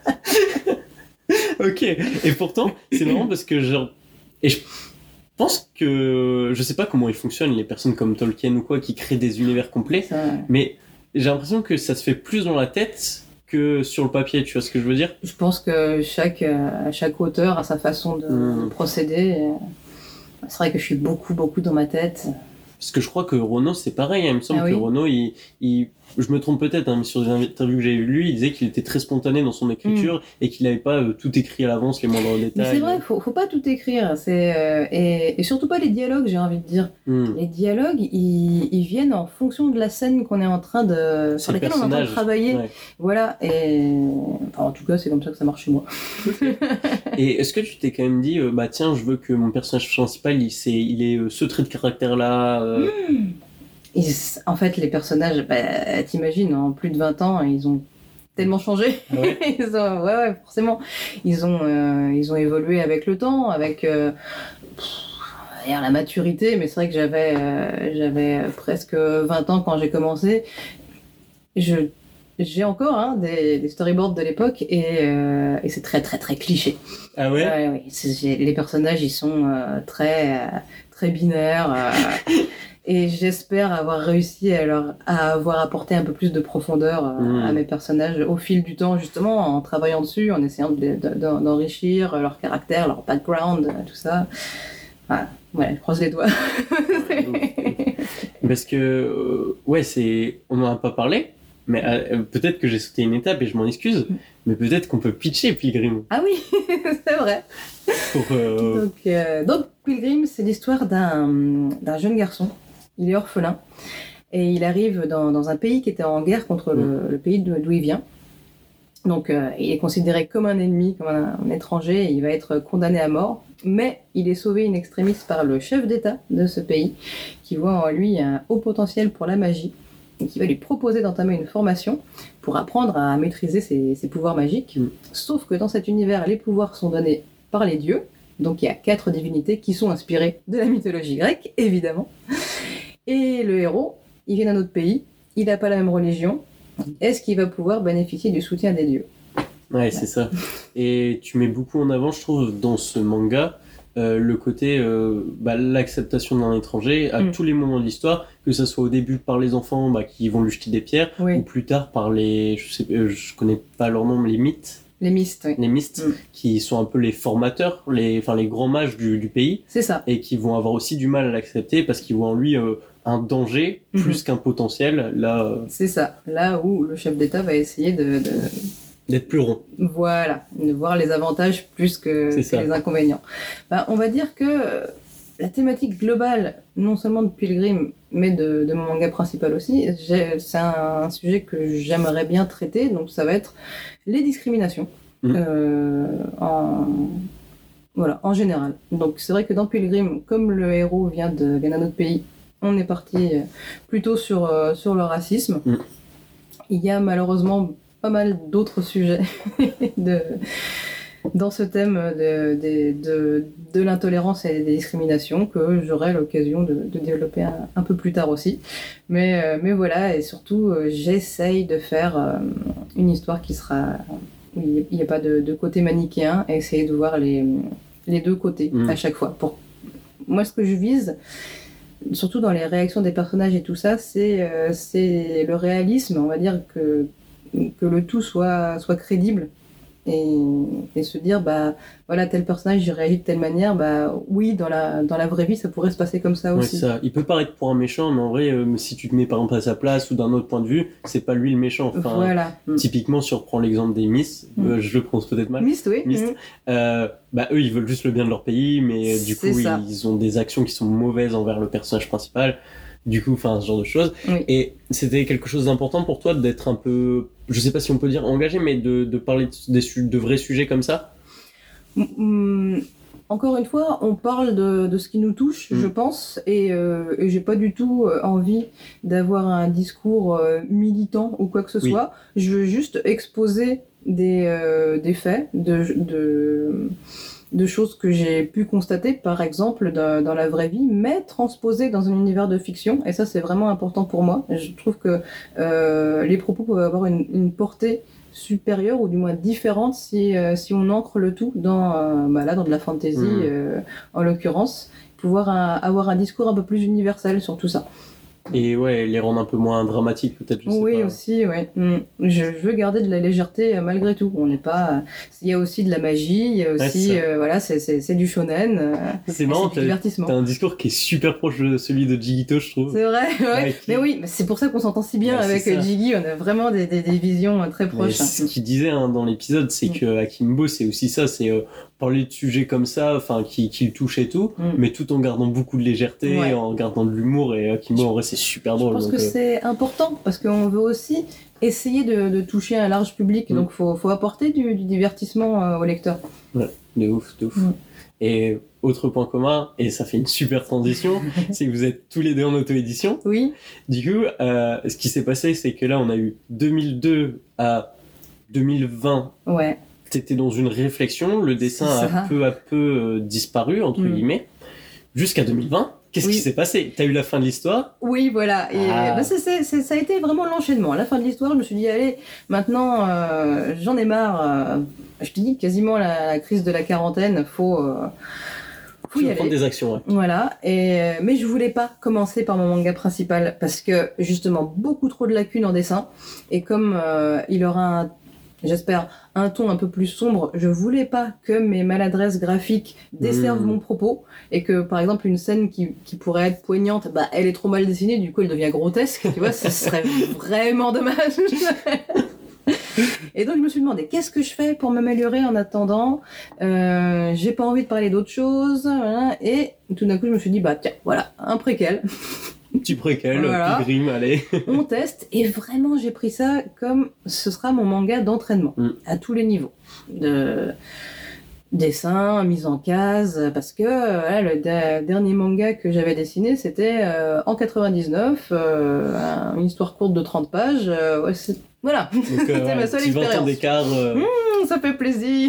Speaker 3: Ok. Et pourtant, c'est marrant parce que genre, et je pense que je sais pas comment ils fonctionnent les personnes comme Tolkien ou quoi qui créent des univers complets,
Speaker 2: Ça,
Speaker 3: mais j'ai l'impression que ça se fait plus dans la tête que sur le papier, tu vois ce que je veux dire?
Speaker 2: Je pense que chaque, euh, chaque auteur a sa façon de,
Speaker 3: Mmh.
Speaker 2: de procéder. Et c'est vrai que je suis beaucoup, beaucoup dans ma tête.
Speaker 3: Parce que je crois que Renaud, c'est pareil. Il me semble
Speaker 2: Ah
Speaker 3: que
Speaker 2: oui.
Speaker 3: Renaud, il, il, je me trompe peut-être, hein, mais sur des interviews que j'avais vues, lui, il disait qu'il était très spontané dans son écriture et qu'il n'avait pas euh, tout écrit à l'avance, les moindres détails.
Speaker 2: Mais c'est vrai, faut, faut pas tout écrire. C'est, euh, et, et surtout pas les dialogues, j'ai envie de dire.
Speaker 3: Mmh.
Speaker 2: Les dialogues, ils, ils viennent en fonction de la scène qu'on est en train de, sur
Speaker 3: C'est le
Speaker 2: laquelle on est en train de
Speaker 3: personnage.
Speaker 2: travailler.
Speaker 3: Ouais.
Speaker 2: Voilà. Et enfin, en tout cas, c'est comme ça que ça marche chez moi.
Speaker 3: Et est-ce que tu t'es quand même dit, euh, bah tiens, je veux que mon personnage principal, il, c'est, il ait euh, ce trait de caractère-là euh...
Speaker 2: Ils- en fait, les personnages, bah, t'imagines, en plus de vingt ans, ils ont tellement changé.
Speaker 3: Ah ouais
Speaker 2: Ils ont, ouais, ouais, forcément. Ils ont, euh, ils ont évolué avec le temps, avec euh, pff, on va dire la maturité. Mais c'est vrai que j'avais, euh, j'avais presque vingt ans quand j'ai commencé. Je, j'ai encore hein, des, des storyboards de l'époque et, euh, et c'est très, très, très cliché.
Speaker 3: Ah ouais,
Speaker 2: Ouais, ouais. C'est- j'ai- les personnages, ils sont euh, très, euh, très binaires. euh, et j'espère avoir réussi à, leur, à avoir apporté un peu plus de profondeur euh,
Speaker 3: Mm.
Speaker 2: à mes personnages au fil du temps, justement, en travaillant dessus, en essayant de, de- de- d'enrichir leur caractère, leur background, euh, tout ça. Voilà, ouais, je croise les doigts.
Speaker 3: Parce que, euh, ouais, c'est, on n'en a pas parlé, mais euh, peut-être que j'ai sauté une étape et je m'en excuse, mais peut-être qu'on peut pitcher Pilgrim
Speaker 2: Ah oui, c'est vrai.
Speaker 3: pour. euh,
Speaker 2: Donc, euh, donc Pilgrim, c'est l'histoire d'un, d'un jeune garçon. Il est orphelin et il arrive dans, dans un pays qui était en guerre contre le, le pays d'où il vient. Donc euh, il est considéré comme un ennemi, comme un, un étranger, et il va être condamné à mort. Mais il est sauvé in extremis par le chef d'État de ce pays, qui voit en lui un haut potentiel pour la magie, et qui va lui proposer d'entamer une formation pour apprendre à maîtriser ses, ses pouvoirs magiques.
Speaker 3: Mm.
Speaker 2: Sauf que dans cet univers, les pouvoirs sont donnés par les dieux. Donc il y a quatre divinités qui sont inspirées de la mythologie grecque, évidemment. Et le héros, il vient d'un autre pays, il n'a pas la même religion. Est-ce qu'il va pouvoir bénéficier du soutien des dieux ?
Speaker 3: Ouais, c'est ça. Et tu mets beaucoup en avant, je trouve, dans ce manga, euh, le côté, euh, bah, l'acceptation d'un étranger à
Speaker 2: Mm.
Speaker 3: tous les moments de l'histoire, que ça soit au début par les enfants bah, qui vont lui jeter des pierres,
Speaker 2: Oui.
Speaker 3: ou plus tard par les, je sais, euh, je connais pas leur nom, mais les mythes,
Speaker 2: Les mystes, oui.
Speaker 3: les mystes,
Speaker 2: Mm.
Speaker 3: qui sont un peu les formateurs, les, enfin les grands mages du, du pays,
Speaker 2: C'est ça.
Speaker 3: et qui vont avoir aussi du mal à l'accepter parce qu'ils voient en lui euh, un danger
Speaker 2: Mhm.
Speaker 3: plus qu'un potentiel, là, euh,
Speaker 2: C'est ça. Là où le chef d'État va essayer de, de
Speaker 3: d'être plus rond.
Speaker 2: voilà, de voir les avantages plus que,
Speaker 3: C'est
Speaker 2: que
Speaker 3: ça.
Speaker 2: les inconvénients. Ben, on va dire que euh, la thématique globale, non seulement de Pilgrim, mais de, de mon manga principal aussi, j'ai- c'est un, un sujet que j'aimerais bien traiter. Donc ça va être les discriminations
Speaker 3: Mhm.
Speaker 2: euh, en voilà, en général. Donc c'est vrai que dans Pilgrim, comme le héros vient de- vient d'un autre pays, on est parti euh, plutôt sur, euh, sur le racisme.
Speaker 3: Mm.
Speaker 2: Il y a malheureusement pas mal d'autres sujets de, dans ce thème de, de, de, de l'intolérance et des discriminations que j'aurai l'occasion de, de développer un, un peu plus tard aussi. Mais, euh, mais voilà, et surtout, euh, j'essaye de faire euh, une histoire qui sera... où il n'y a pas de, de côté manichéen, et essayer de voir les, les deux côtés
Speaker 3: Mm.
Speaker 2: à chaque fois. Pour... Moi, ce que je vise, surtout dans les réactions des personnages et tout ça, c'est euh, c'est le réalisme, on va dire que, que le tout soit, soit crédible. Et, et se dire, bah voilà, tel personnage il réagit de telle manière, bah oui, dans la, dans la vraie vie, ça pourrait se passer comme ça
Speaker 3: Ouais,
Speaker 2: aussi.
Speaker 3: ça. Il peut paraître pour un méchant, mais en vrai, euh, si tu te mets par exemple à sa place ou d'un autre point de vue, c'est pas lui le méchant. Enfin,
Speaker 2: Voilà. Mm.
Speaker 3: Typiquement, si on reprend l'exemple des Miss,
Speaker 2: Mm.
Speaker 3: euh, je le prononce peut-être mal.
Speaker 2: Mist, oui.
Speaker 3: Mist.
Speaker 2: Mm.
Speaker 3: Euh, bah eux, ils veulent juste le bien de leur pays, mais euh, du
Speaker 2: C'est
Speaker 3: coup,
Speaker 2: ça.
Speaker 3: ils ont des actions qui sont mauvaises envers le personnage principal. Du coup, enfin, ce genre de choses.
Speaker 2: Oui.
Speaker 3: Et c'était quelque chose d'important pour toi d'être un peu, je sais pas si on peut dire engagé, mais de, de parler de, des su- de vrais sujets comme ça.
Speaker 2: Mm, Encore une fois, on parle de, de ce qui nous touche,
Speaker 3: Mm.
Speaker 2: je pense, et, euh, et j'ai pas du tout euh, envie d'avoir un discours euh, militant ou quoi que ce
Speaker 3: Oui.
Speaker 2: soit. Je veux juste exposer des, euh, des faits, de, de, de choses que j'ai pu constater, par exemple, dans, dans la vraie vie, mais transposées dans un univers de fiction, et ça, c'est vraiment important pour moi. Je trouve que euh, les propos peuvent avoir une, une portée supérieure ou du moins différente si, euh, si on ancre le tout dans, euh, bah là, dans de la fantasy
Speaker 3: Mhm.
Speaker 2: euh, en l'occurrence, pouvoir un- avoir un discours un peu plus universel sur tout ça.
Speaker 3: Et ouais, les rendre un peu moins dramatiques, peut-être, je sais
Speaker 2: oui,
Speaker 3: pas.
Speaker 2: aussi, ouais. Mm. Je, je veux garder de la légèreté euh, malgré tout. On n'est pas. Il y a aussi de la magie, il y a aussi.
Speaker 3: Ouais,
Speaker 2: euh, voilà, c'est, c'est, c'est du shonen. Euh,
Speaker 3: c'est marrant,
Speaker 2: c'est du
Speaker 3: t'as,
Speaker 2: divertissement.
Speaker 3: t'as un discours qui est super proche de celui de Jigito, je trouve.
Speaker 2: C'est vrai, ouais.
Speaker 3: Ouais, qui...
Speaker 2: Mais oui, c'est pour ça qu'on s'entend si bien
Speaker 3: bah,
Speaker 2: avec Jiggy. On a vraiment des, des, des visions très proches.
Speaker 3: Mais ce qu'il disait hein, dans l'épisode, c'est mm. que Akimbo, c'est aussi ça, c'est euh, parler de sujets comme ça, enfin, qui, qui le touchent et tout, mm. mais tout en gardant beaucoup de légèreté, ouais. en gardant de l'humour, et Akimbo, en vrai, c'est super drôle.
Speaker 2: Je pense
Speaker 3: donc,
Speaker 2: que
Speaker 3: euh...
Speaker 2: c'est important, parce qu'on veut aussi essayer de, de toucher un large public, mm. donc faut, faut apporter du, du divertissement euh, au lecteur.
Speaker 3: Ouais, de ouf, de ouf. Mm. Et autre point commun, et ça fait une super transition, c'est que vous êtes tous les deux en auto-édition.
Speaker 2: Oui.
Speaker 3: Du coup, euh, ce qui s'est passé, c'est que là, on a eu deux mille deux à deux mille vingt.
Speaker 2: Ouais.
Speaker 3: T'étais dans une réflexion, le dessin a peu à peu euh, disparu, entre mm. guillemets, jusqu'à deux mille vingt. Qu'est-ce oui. qui s'est passé? T'as eu la fin de l'histoire?
Speaker 2: Oui, voilà. Et ah. bah, c'est, c'est, c'est, ça a été vraiment l'enchaînement. À la fin de l'histoire, je me suis dit, allez, maintenant, euh, j'en ai marre. Euh, je te dis, quasiment la, la crise de la quarantaine, faut... Euh,
Speaker 3: faut y aller. Prendre des actions, ouais.
Speaker 2: Voilà. Et, mais je voulais pas commencer par mon manga principal parce que, justement, beaucoup trop de lacunes en dessin. Et comme euh, il aura un... j'espère, un ton un peu plus sombre. Je voulais pas que mes maladresses graphiques desservent mmh. mon propos et que, par exemple, une scène qui, qui pourrait être poignante, bah, elle est trop mal dessinée, du coup, elle devient grotesque, tu vois, ce serait vraiment dommage. Et donc, je me suis demandé, qu'est-ce que je fais pour m'améliorer en attendant? euh, J'ai pas envie de parler d'autre chose. Voilà. Et tout d'un coup, je me suis dit, bah, tiens, voilà, un préquel.
Speaker 3: Petit préquel, voilà. Pilgrim, allez.
Speaker 2: On teste, et vraiment j'ai pris ça comme ce sera mon manga d'entraînement, mm. à tous les niveaux. De dessin, mise en case, parce que voilà, le da- dernier manga que j'avais dessiné, c'était euh, en quatre-vingt-dix-neuf, euh, une histoire courte de trente pages. Euh, ouais, c'est... Voilà,
Speaker 3: donc, euh, c'était ma seule expérience. vingt ans d'écart. Euh...
Speaker 2: Mmh, ça fait plaisir.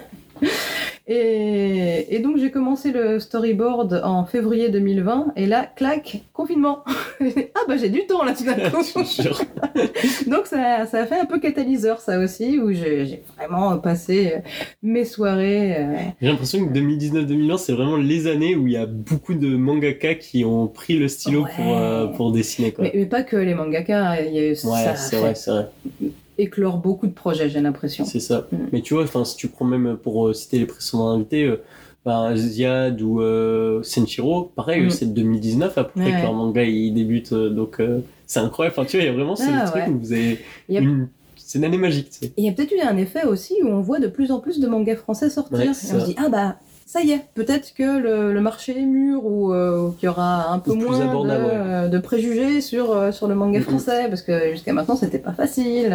Speaker 2: Et, et donc j'ai commencé le storyboard en février deux mille vingt et là, clac, confinement. Ah bah j'ai du temps là tout d'un coup. Donc ça, ça a fait un peu catalyseur ça aussi, où j'ai, j'ai vraiment passé mes soirées. Euh...
Speaker 3: J'ai l'impression que deux mille dix-neuf deux mille vingt c'est vraiment les années où il y a beaucoup de mangaka qui ont pris le stylo ouais. pour, euh, pour dessiner. Quoi.
Speaker 2: Mais, mais pas que les mangaka, il y a eu
Speaker 3: ouais,
Speaker 2: ça.
Speaker 3: c'est vrai, c'est vrai.
Speaker 2: Éclore beaucoup de projets, j'ai l'impression.
Speaker 3: C'est ça. Mm. Mais tu vois, si tu prends même pour euh, citer les précédents invités, euh, bah, Ziad ou euh, Senshiro, pareil, mm. c'est deux mille dix-neuf à peu près ouais. que leur manga il débute, euh, donc euh, c'est incroyable. Enfin, tu vois, il y a vraiment ah, ce truc ouais. où vous avez a... une... C'est une année magique, tu sais.
Speaker 2: Il y a peut-être eu un effet aussi où on voit de plus en plus de mangas français sortir.
Speaker 3: Ouais,
Speaker 2: et on se dit, ah bah, ça y est, peut-être que le, le marché est mûr ou euh, qu'il y aura un peu moins de, ouais. de préjugés sur, euh, sur le manga mm-hmm. français, parce que jusqu'à maintenant, c'était pas facile.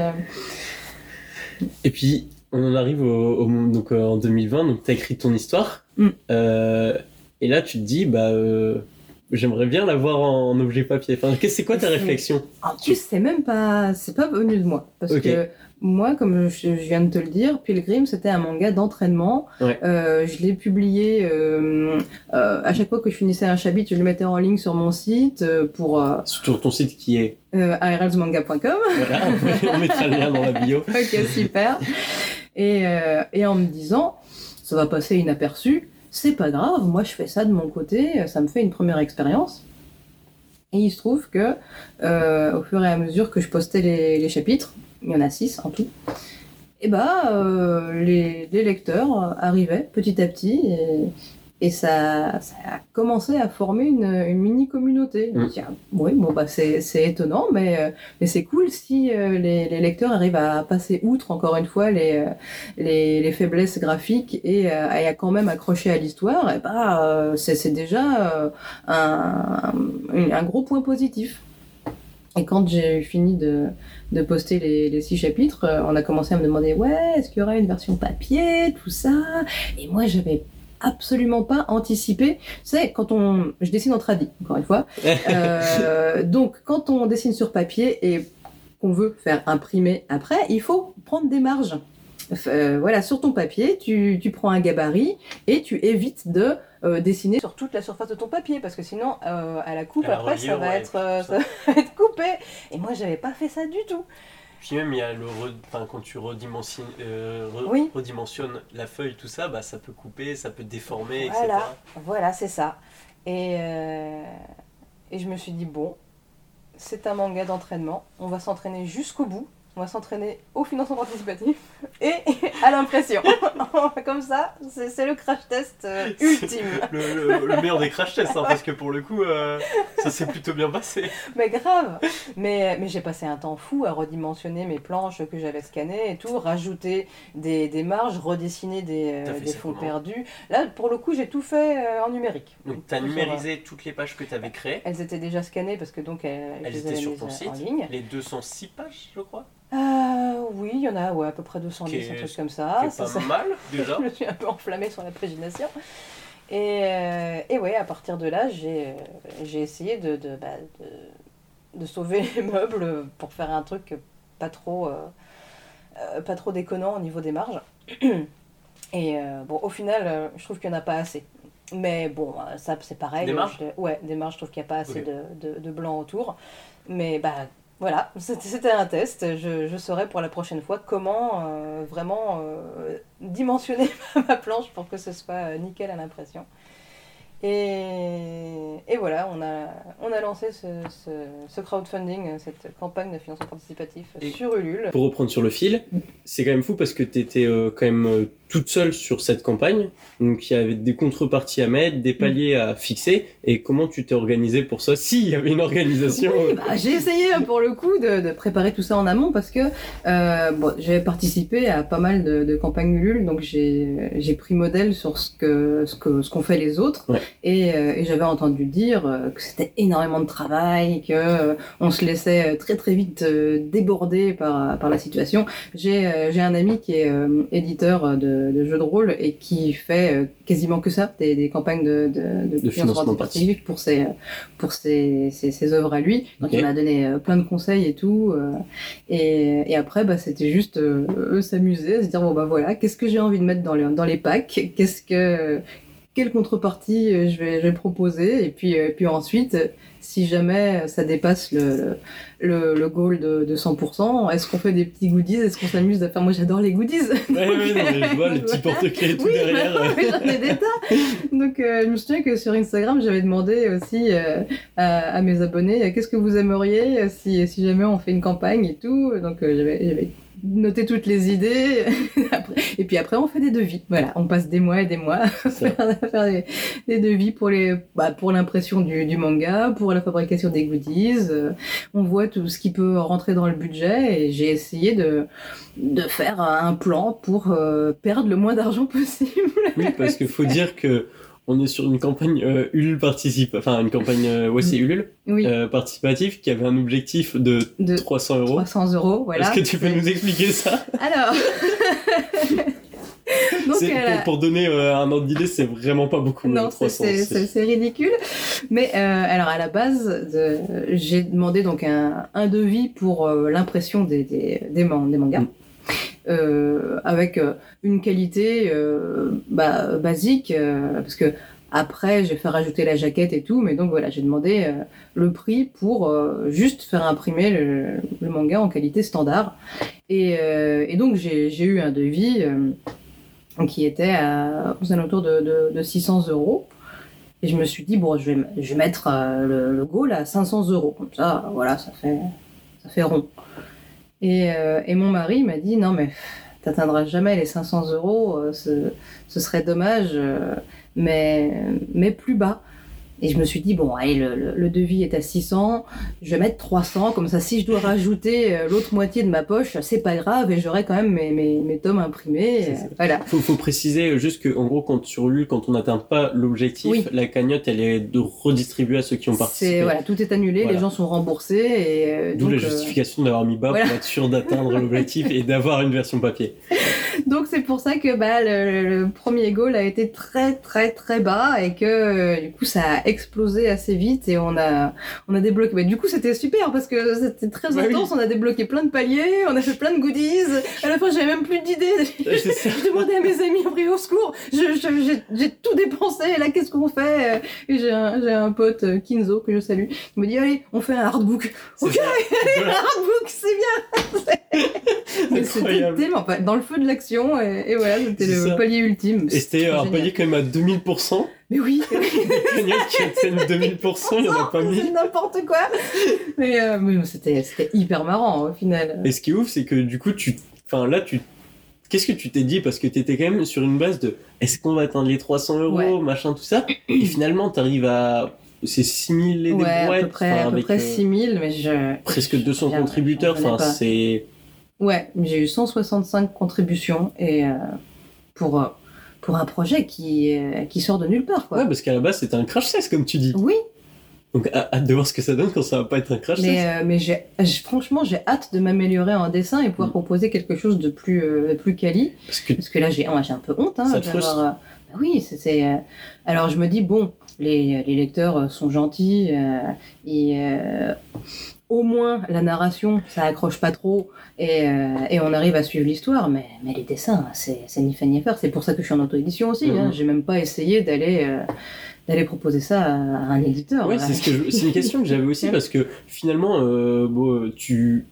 Speaker 3: Et puis, on en arrive au, au, donc, euh, en deux mille vingt, donc tu as écrit ton histoire, mm. euh, et là tu te dis, bah, euh, j'aimerais bien la voir en, en objet papier. Enfin, c'est quoi ta
Speaker 2: c'est...
Speaker 3: réflexion?
Speaker 2: En plus, c'est même pas, c'est pas venu de moi, parce okay. que moi, comme je, je viens de te le dire, Pilgrim, c'était un manga d'entraînement.
Speaker 3: Ouais.
Speaker 2: Euh, je l'ai publié euh, euh, à chaque fois que je finissais un chapitre, je le mettais en ligne sur mon site euh, pour. Euh,
Speaker 3: sur ton site qui est
Speaker 2: euh, a r l s manga point com.
Speaker 3: Voilà, on mettra le lien dans la bio.
Speaker 2: Ok, super. Et, euh, et en me disant, ça va passer inaperçu, c'est pas grave, moi je fais ça de mon côté, ça me fait une première expérience. Et il se trouve que, euh, au fur et à mesure que je postais les, les chapitres, il y en a six en tout, et bah, euh, les, les lecteurs arrivaient petit à petit, et, et ça, ça a commencé à former une, une mini-communauté. Mmh. Tiens, oui, bon, bah, c'est, c'est étonnant, mais, mais c'est cool si euh, les, les lecteurs arrivent à passer outre, encore une fois, les, les, les faiblesses graphiques et, euh, et à quand même accrocher à l'histoire, et bah, euh, c'est, c'est déjà euh, un, un, un gros point positif. Et quand j'ai fini de, de poster les, les six chapitres, on a commencé à me demander « Ouais, est-ce qu'il y aura une version papier, tout ça ?» Et moi, j'avais absolument pas anticipé. Tu sais, quand on... Je dessine en tradi, encore une fois. euh, donc, quand on dessine sur papier et qu'on veut faire imprimer après, il faut prendre des marges. Euh, voilà, sur ton papier, tu, tu prends un gabarit et tu évites de euh, dessiner sur toute la surface de ton papier, parce que sinon, euh, à la coupe, à après, reliure, ça, va ouais, être, euh, ça va être coupé. Et moi, j'avais pas fait ça du tout.
Speaker 3: Puis même, il y a le re... enfin, quand tu redimensionnes, euh, re... oui. redimensionnes la feuille, tout ça, bah, ça peut couper, ça peut déformer,
Speaker 2: voilà.
Speaker 3: et cetera.
Speaker 2: Voilà, c'est ça. Et, euh... et je me suis dit, bon, c'est un manga d'entraînement. On va s'entraîner jusqu'au bout. On va s'entraîner au financement participatif et à l'impression. Comme ça, c'est, c'est le crash test euh, ultime.
Speaker 3: Le, le, le meilleur des crash tests, hein, parce que pour le coup, euh, ça s'est plutôt bien passé.
Speaker 2: Mais grave. Mais, mais j'ai passé un temps fou à redimensionner mes planches que j'avais scannées et tout, rajouter des, des marges, redessiner des, euh, des fonds comment perdus. Là, pour le coup, j'ai tout fait euh, en numérique.
Speaker 3: Donc, tu as numérisé toutes les pages que tu avais créées.
Speaker 2: Elles étaient déjà scannées parce que donc elles,
Speaker 3: elles étaient sur ton site.
Speaker 2: En ligne.
Speaker 3: Les deux cent six pages, je crois.
Speaker 2: Euh, oui, il y en a ouais, à peu près deux cent dix, un truc comme ça.
Speaker 3: C'est pas ça, mal, déjà.
Speaker 2: Je me suis un peu enflammée sur la pagination. Et, euh, et ouais, à partir de là, j'ai, j'ai essayé de, de, bah, de, de sauver les meubles pour faire un truc pas trop, euh, euh, pas trop déconnant au niveau des marges. Et euh, bon, au final, euh, je trouve qu'il n'y en a pas assez. Mais bon, ça c'est pareil.
Speaker 3: Des marges
Speaker 2: je, Ouais, des marges, je trouve qu'il n'y a pas assez
Speaker 3: okay.
Speaker 2: de, de, de blanc autour. Mais bah... Voilà, c'était, c'était un test. Je, je saurai pour la prochaine fois comment euh, vraiment euh, dimensionner ma planche pour que ce soit euh, nickel à l'impression. Et, et voilà, on a, on a lancé ce, ce, ce crowdfunding, cette campagne de financement participatif et sur Ulule.
Speaker 3: Pour reprendre sur le fil, c'est quand même fou parce que tu étais euh, quand même euh, toute seule sur cette campagne. Donc il y avait des contreparties à mettre, des paliers à fixer. Et comment tu t'es organisée pour ça? S'il y avait une organisation.
Speaker 2: Oui, bah, j'ai essayé pour le coup de, de préparer tout ça en amont parce que euh, bon, j'ai participé à pas mal de, de campagnes Ulule, donc j'ai, j'ai pris modèle sur ce que ce que ce qu'ont fait les autres.
Speaker 3: Ouais.
Speaker 2: Et, euh, et j'avais entendu dire euh, que c'était énormément de travail, que euh, on se laissait très très vite euh, déborder par par la situation. J'ai euh, j'ai un ami qui est euh, éditeur de, de jeux de rôle et qui fait euh, quasiment que ça, des, des campagnes de de, de,
Speaker 3: de financement participatif
Speaker 2: pour ses pour ses ses, ses œuvres à lui. Donc okay. Il m'a donné euh, plein de conseils et tout. Euh, et et après bah c'était juste euh, eux s'amuser, se dire bon bah voilà, qu'est-ce que j'ai envie de mettre dans les dans les packs, qu'est-ce que quelle contrepartie je vais, je vais proposer, et puis, euh, puis ensuite, si jamais ça dépasse le, le, le goal de, de cent pour cent, est-ce qu'on fait des petits goodies, est-ce qu'on s'amuse à faire, moi j'adore les goodies.
Speaker 3: Oui, oui, je vois le petit porte-clés et tout
Speaker 2: oui,
Speaker 3: derrière.
Speaker 2: Bah, oui, j'en ai des tas. Donc euh, je me souviens que sur Instagram, j'avais demandé aussi euh, à, à mes abonnés, qu'est-ce que vous aimeriez si, si jamais on fait une campagne et tout. Donc euh, j'avais... j'avais noter toutes les idées, et puis après on fait des devis. Voilà, on passe des mois et des mois à faire, à faire des, des devis pour les, bah, pour l'impression du, du manga, pour la fabrication des goodies. Euh, on voit tout ce qui peut rentrer dans le budget, et j'ai essayé de de faire un plan pour euh, perdre le moins d'argent possible.
Speaker 3: Oui, parce qu'il faut dire que on est sur une campagne euh, Ulule participe, enfin une campagne, euh, ouais c'est Ulule,
Speaker 2: oui.
Speaker 3: euh, participatif qui avait un objectif de, de trois cents euros.
Speaker 2: trois cents euros, voilà.
Speaker 3: Est-ce que tu peux
Speaker 2: c'est...
Speaker 3: nous expliquer ça?
Speaker 2: Alors,
Speaker 3: donc, c'est, euh, pour, pour donner euh, un ordre d'idée, c'est vraiment pas beaucoup.
Speaker 2: Non,
Speaker 3: euh, trois cents,
Speaker 2: c'est, c'est, c'est ridicule. Mais euh, alors à la base, de, j'ai demandé donc un, un devis pour euh, l'impression des des, des, man- des mangas. Mm. Euh, avec euh, une qualité euh, bah, basique, euh, parce que après j'ai fait rajouter la jaquette et tout, mais donc voilà, j'ai demandé euh, le prix pour euh, juste faire imprimer le, le manga en qualité standard, et, euh, et donc j'ai, j'ai eu un devis euh, qui était à, aux alentours de, de, de six cents euros. Et je me suis dit bon, je vais, je vais mettre euh, le, le goal à cinq cents euros, comme ça, voilà, ça fait, ça fait rond. Et, euh, et mon mari m'a dit non mais t'atteindras jamais les cinq cents euros, euh, ce, ce serait dommage, euh, mais, mais plus bas. Et je me suis dit bon allez, le, le, le devis est à six cents, je vais mettre trois cents, comme ça si je dois rajouter euh, l'autre moitié de ma poche, c'est pas grave, et j'aurai quand même mes, mes, mes tomes imprimés. Euh, voilà.
Speaker 3: Faut, faut préciser juste que en gros quand sur Ulule, quand on n'atteint pas l'objectif, oui. la cagnotte elle est de redistribuer à ceux qui ont participé.
Speaker 2: C'est, voilà, tout est annulé, voilà. Les gens sont remboursés. Et, euh,
Speaker 3: D'où
Speaker 2: donc,
Speaker 3: la justification euh... d'avoir mis bas voilà. Pour être sûr d'atteindre l'objectif et d'avoir une version papier.
Speaker 2: Donc c'est pour ça que bah, le, le premier goal a été très très très bas, et que euh, du coup ça a explosé assez vite, et on a on a débloqué. Mais du coup c'était super parce que c'était très bah intense. Oui. On a débloqué plein de paliers, on a fait plein de goodies. À la fin j'avais même plus d'idées. Je demandais à mes amis après au secours. Je, je, j'ai, j'ai tout dépensé. Et là qu'est-ce qu'on fait? Et j'ai un j'ai un pote Kinzo que je salue. Il me dit allez on fait un hardbook. C'est ok, un hardbook c'est bien. Mais c'était tellement dans le feu de l'action, et, et voilà, c'était c'est le ça. Palier ultime.
Speaker 3: Et c'était, c'était un palier quand même à deux mille pour cent.
Speaker 2: Mais oui.
Speaker 3: Des cagnottes qui atteignent deux mille pour cent, il n'y en a pas
Speaker 2: C'est
Speaker 3: mille.
Speaker 2: n'importe quoi. Mais, euh, mais c'était, c'était hyper marrant au final.
Speaker 3: Et ce qui est ouf, c'est que du coup, tu, enfin là, tu, qu'est-ce que tu t'es dit parce que t'étais quand même sur une base de, est-ce qu'on va atteindre les trois cents euros,
Speaker 2: Ouais.
Speaker 3: machin, tout ça, et finalement, t'arrives à, c'est six mille et des
Speaker 2: Ouais, à
Speaker 3: brouettes,
Speaker 2: peu près,
Speaker 3: enfin,
Speaker 2: à peu
Speaker 3: avec,
Speaker 2: près
Speaker 3: euh,
Speaker 2: six mille, mais je...
Speaker 3: presque deux cents
Speaker 2: j'en-
Speaker 3: contributeurs,
Speaker 2: j'en connais
Speaker 3: enfin,
Speaker 2: pas.
Speaker 3: c'est,
Speaker 2: Ouais, j'ai eu cent soixante-cinq contributions et euh, pour, euh, pour un projet qui, euh, qui sort de nulle part, quoi.
Speaker 3: ouais, parce qu'à la base, c'était un crash test, comme tu dis.
Speaker 2: Oui,
Speaker 3: Donc, hâte hâte de voir ce que ça donne quand ça va pas être un crash
Speaker 2: mais,
Speaker 3: test.
Speaker 2: euh, mais j'ai, j'ai- franchement, j'ai hâte de m'améliorer en dessin et pouvoir
Speaker 3: Mm.
Speaker 2: proposer quelque chose de plus, euh, de plus quali.
Speaker 3: Parce que,
Speaker 2: Parce que là, j'ai, moi, j'ai un peu honte. Hein,
Speaker 3: Ça te frustre
Speaker 2: d'avoir, euh, bah oui, c'est... c'est, euh, alors je me dis, bon, les, les lecteurs euh, sont gentils euh, et... euh, au moins, la narration, ça accroche pas trop et, euh, et on arrive à suivre l'histoire, mais, mais les dessins, c'est, c'est ni fait ni à faire. C'est pour ça que je suis en auto-édition aussi.
Speaker 3: Mhm.
Speaker 2: Hein. J'ai même pas essayé d'aller, euh, d'aller proposer ça à, à un éditeur.
Speaker 3: ouais,
Speaker 2: Là.
Speaker 3: c'est ce que je- c'est une question que j'avais aussi parce que finalement, euh, bon, tu,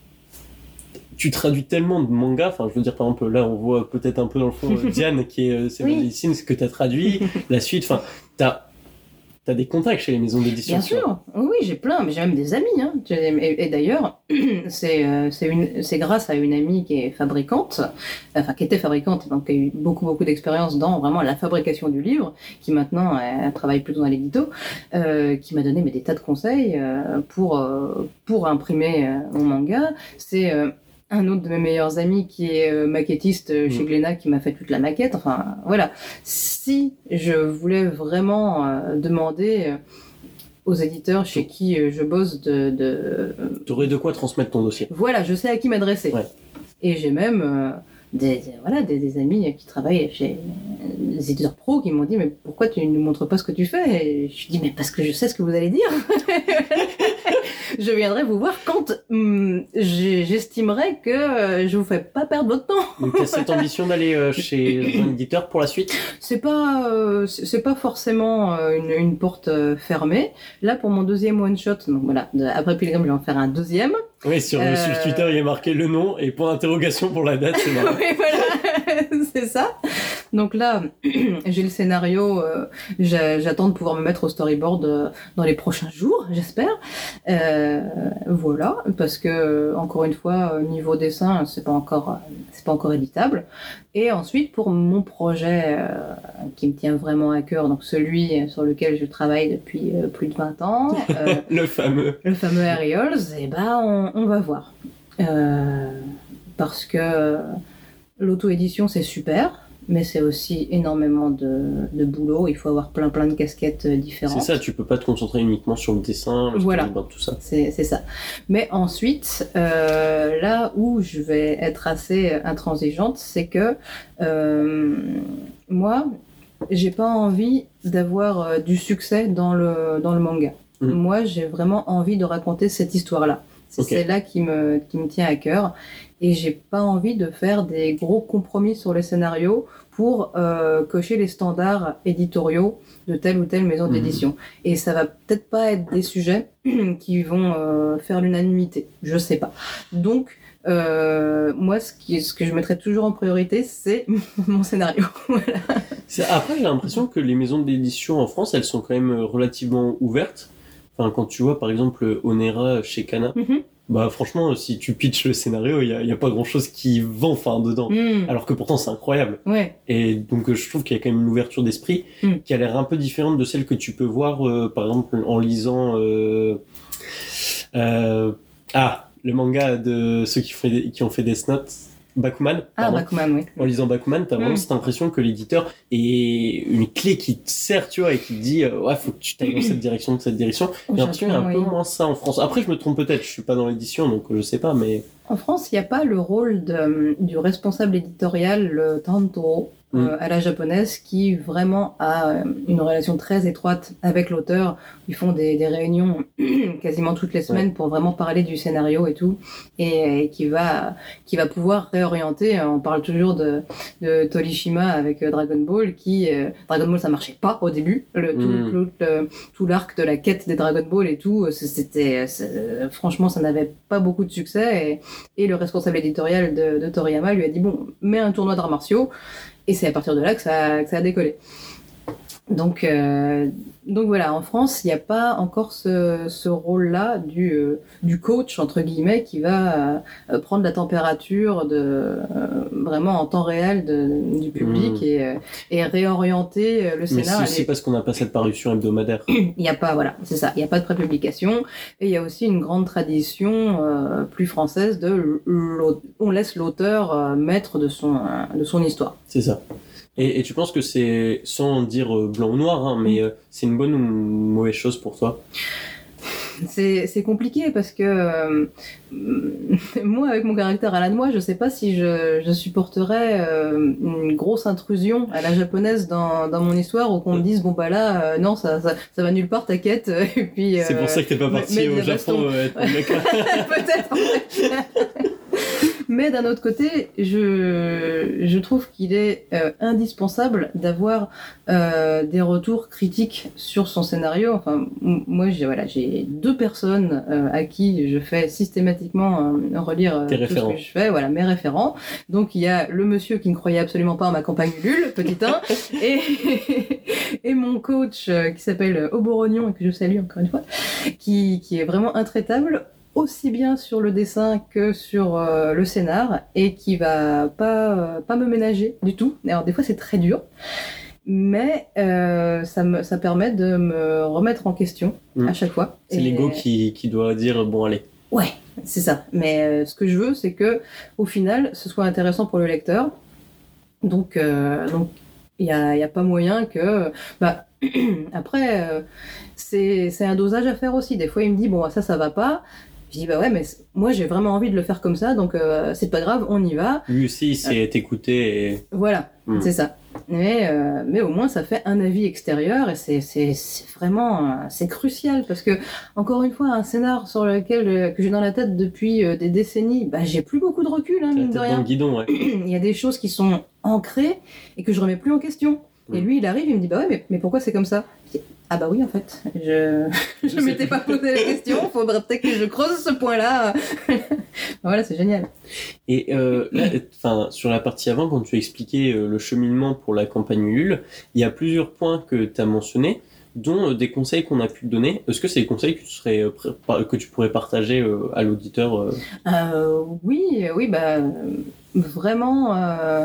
Speaker 3: tu traduis tellement de mangas. Enfin, je veux dire, par exemple, là, on voit peut-être un peu dans le fond euh, Diane qui est euh, c'est
Speaker 2: Oui.
Speaker 3: Medicine, ce que t'as traduit, la suite. Enfin, t'as T'as des contacts chez les maisons d'édition.
Speaker 2: Bien sûr, oui, oui, j'ai plein, mais j'ai même des amis. Hein. Et, et d'ailleurs, c'est, euh, c'est, une, c'est grâce à une amie qui est fabricante, enfin qui était fabricante, donc qui a eu beaucoup, beaucoup d'expérience dans vraiment la fabrication du livre, qui maintenant elle travaille plutôt dans l'édito, euh, qui m'a donné mais, des tas de conseils euh, pour, euh, pour imprimer euh, mon manga. C'est euh, un autre de mes meilleurs amis qui est euh, maquettiste euh, chez
Speaker 3: Mm.
Speaker 2: Glénat qui m'a fait toute la maquette. Enfin, voilà. Si je voulais vraiment euh, demander euh, aux éditeurs chez qui euh, je bosse de, de...
Speaker 3: T'aurais de quoi transmettre ton dossier.
Speaker 2: Voilà, je sais à qui m'adresser.
Speaker 3: Ouais.
Speaker 2: Et j'ai même euh, des, des- voilà, des, des amis qui travaillent chez euh, les éditeurs pros qui m'ont dit mais pourquoi tu ne nous montres pas ce que tu fais? Et je dis mais parce que je sais ce que vous allez dire. Je viendrai vous voir quand hum, j'ai- j'estimerai que euh, je vous fais pas perdre votre temps.
Speaker 3: Donc, t'as cette ambition d'aller euh, chez un éditeur pour la suite.
Speaker 2: C'est pas, euh, c'est c'est pas forcément euh, une, une porte euh, fermée. Là, pour mon deuxième one shot, donc voilà, de- après Pilgrim, je vais en faire un deuxième.
Speaker 3: Oui, sur,
Speaker 2: Euh,
Speaker 3: sur Twitter, il y a marqué le nom et point d'interrogation pour la date, c'est marrant.
Speaker 2: Oui, voilà, c'est ça. Donc là, j'ai le scénario. euh, j'a- J'attends de pouvoir me mettre au storyboard euh, dans les prochains jours, j'espère. Euh, voilà, parce que euh, encore une fois, euh, niveau dessin, c'est pas encore, euh, c'est pas encore éditable. Et ensuite, pour mon projet euh, qui me tient vraiment à cœur, donc celui sur lequel je travaille depuis euh, plus de vingt ans, euh,
Speaker 3: Le fameux.
Speaker 2: le fameux Aerials, et ben on, on va voir. Euh, parce que l'auto-édition c'est super, mais c'est aussi énormément de, de boulot. Il faut avoir plein plein de casquettes euh, différentes.
Speaker 3: C'est ça, tu peux pas te concentrer uniquement sur le dessin, le
Speaker 2: Voilà.
Speaker 3: storyboard, tout ça.
Speaker 2: C'est c'est ça. Mais ensuite, euh, là où je vais être assez intransigeante, c'est que euh, moi, j'ai pas envie d'avoir euh, du succès dans le, dans le manga.
Speaker 3: Mm.
Speaker 2: Moi, j'ai vraiment envie de raconter cette histoire-là. C'est
Speaker 3: Ok.
Speaker 2: celle-là qui me, qui me tient à cœur. Et j'ai pas envie de faire des gros compromis sur les scénarios pour euh, cocher les standards éditoriaux de telle ou telle maison
Speaker 3: Mhm.
Speaker 2: d'édition. Et ça va peut-être pas être des sujets qui vont euh, faire l'unanimité. Je sais pas. Donc, euh, moi, ce, qui, ce que je mettrais toujours en priorité, c'est mon scénario. Voilà.
Speaker 3: C'est- Après, j'ai l'impression que les maisons d'édition en France, elles sont quand même euh, relativement ouvertes. Enfin, quand tu vois, par exemple, Onera chez Kana,
Speaker 2: Mhm.
Speaker 3: bah franchement, si tu pitches le scénario, il y a, il y a pas grand-chose qui vend, enfin, dedans.
Speaker 2: Mm.
Speaker 3: Alors que pourtant, c'est incroyable.
Speaker 2: Ouais.
Speaker 3: Et donc, euh, je trouve qu'il y a quand même une ouverture d'esprit
Speaker 2: Mm.
Speaker 3: qui a l'air un peu différente de celle que tu peux voir, euh, par exemple, en lisant... euh, euh, ah, le manga de ceux qui, fait des- qui ont fait Death Note, Bakuman.
Speaker 2: Ah,
Speaker 3: pardon.
Speaker 2: Bakuman, oui.
Speaker 3: En lisant Bakuman, t'as vraiment
Speaker 2: Mm.
Speaker 3: cette impression que l'éditeur est une clé qui te sert, tu vois, et qui te dit, euh, ouais, faut que tu t'ailles dans cette direction, dans cette direction. J'ai l'impression qu'il y a un peu
Speaker 2: Oui.
Speaker 3: moins ça en France. Après, je me trompe peut-être, je suis pas dans l'édition, donc euh, je sais pas, mais...
Speaker 2: En France, il n'y a pas le rôle de- du responsable éditorial, le Tantoro,
Speaker 3: Mm.
Speaker 2: euh, à la japonaise, qui vraiment a euh, une relation très étroite avec l'auteur. Ils font des, des réunions quasiment toutes les semaines pour vraiment parler du scénario et tout, et, et qui va qui va pouvoir réorienter. On parle toujours de, de Torishima avec euh, Dragon Ball, qui euh, Dragon Ball ça marchait pas au début, le, tout,
Speaker 3: Mm.
Speaker 2: tout, le- tout l'arc de la quête des Dragon Ball et tout, c'était c'est- franchement ça n'avait pas beaucoup de succès. Et, et le responsable éditorial de, de Toriyama lui a dit bon, mets un tournoi d'arts martiaux. Et c'est à partir de là que ça, que ça a décollé. Donc, euh, donc voilà, en France, il n'y a pas encore ce, ce rôle-là du, euh, du coach, entre guillemets, qui va euh, prendre la température de, euh, vraiment en temps réel de, du public
Speaker 3: Mmh.
Speaker 2: et, euh, et réorienter le
Speaker 3: Mais
Speaker 2: scénar.
Speaker 3: c'est aussi parce qu'on n'a pas cette parution hebdomadaire.
Speaker 2: Il n'y a pas, voilà, c'est ça, il n'y a pas de prépublication. Et il y a aussi une grande tradition euh, plus française de l'au- on laisse l'auteur euh, maître de son, euh, de son histoire.
Speaker 3: C'est ça. Et, et tu penses que c'est, sans dire euh, blanc ou noir, hein, mais euh, c'est une bonne ou une mauvaise chose pour toi?
Speaker 2: C'est, c'est compliqué parce que euh, moi, avec mon caractère alanois, je sais pas si je, je supporterais euh, une grosse intrusion à la japonaise dans, dans mon histoire, ou qu'on me dise bon bah là, euh, non, ça, ça, ça va nulle part, t'inquiète. Et puis,
Speaker 3: C'est pour
Speaker 2: euh,
Speaker 3: ça que t'es pas parti
Speaker 2: mais- mais
Speaker 3: au
Speaker 2: de la
Speaker 3: Japon
Speaker 2: baston.
Speaker 3: euh, être un mec.
Speaker 2: Peut-être. Mais d'un autre côté, je, je trouve qu'il est euh, indispensable d'avoir euh, des retours critiques sur son scénario. Enfin, m- moi, j'ai voilà, j'ai deux personnes euh, à qui je fais systématiquement euh, relire euh,
Speaker 3: Tes
Speaker 2: tout
Speaker 3: référents.
Speaker 2: ce que je fais, voilà, mes référents. Donc, il y a le monsieur qui ne croyait absolument pas en ma campagne Ulule, petit un, et, et mon coach euh, qui s'appelle Oborognon et que je salue encore une fois, qui, qui est vraiment intraitable, aussi bien sur le dessin que sur euh, le scénar, et qui va pas, euh, pas me ménager du tout. Alors des fois c'est très dur, mais euh, ça, me, ça permet de me remettre en question
Speaker 3: Mm.
Speaker 2: à chaque fois.
Speaker 3: C'est
Speaker 2: Et-
Speaker 3: l'ego qui, qui doit dire bon allez.
Speaker 2: Ouais, c'est ça. Mais euh, ce que je veux, c'est que au final, ce soit intéressant pour le lecteur. Donc, euh, donc, il y a, y a pas moyen que. Bah, après, euh, c'est c'est un dosage à faire aussi. Des fois, il me dit bon, ça, ça va pas. Je dis bah ouais, mais c- moi, j'ai vraiment envie de le faire comme ça, donc euh, c'est pas grave, on y va.
Speaker 3: Lui aussi il s'est écouté et
Speaker 2: Voilà,
Speaker 3: Mm.
Speaker 2: c'est ça. Mais, euh, mais au moins, ça fait un avis extérieur, et c'est c'est- c'est vraiment euh, c'est crucial, parce que, encore une fois, un scénar sur lequel euh, que j'ai dans la tête depuis euh, des décennies, bah, j'ai plus beaucoup de recul, hein,
Speaker 3: la
Speaker 2: mine
Speaker 3: tête
Speaker 2: de
Speaker 3: dans le
Speaker 2: rien.
Speaker 3: guidon, ouais.
Speaker 2: Il y a des choses qui sont ancrées et que je remets plus en question. Et
Speaker 3: Mm.
Speaker 2: lui, il arrive, il me dit bah ouais, mais, mais pourquoi c'est comme ça? Je dis, ah bah oui, en fait, je
Speaker 3: Je
Speaker 2: je
Speaker 3: sais
Speaker 2: m'étais
Speaker 3: pas.
Speaker 2: pas posé la question. Faudrait peut-être que je creuse ce point-là. Voilà, c'est génial.
Speaker 3: Et euh, là, enfin, sur la partie avant, quand tu expliquais euh, le cheminement pour la campagne Ulule, il y a plusieurs points que tu as mentionnés, dont euh, des conseils qu'on a pu te donner. Est-ce que c'est des conseils que tu, serais, euh, prêt- par- que tu pourrais partager euh, à l'auditeur euh,
Speaker 2: Euh, oui, oui, bah euh, vraiment euh,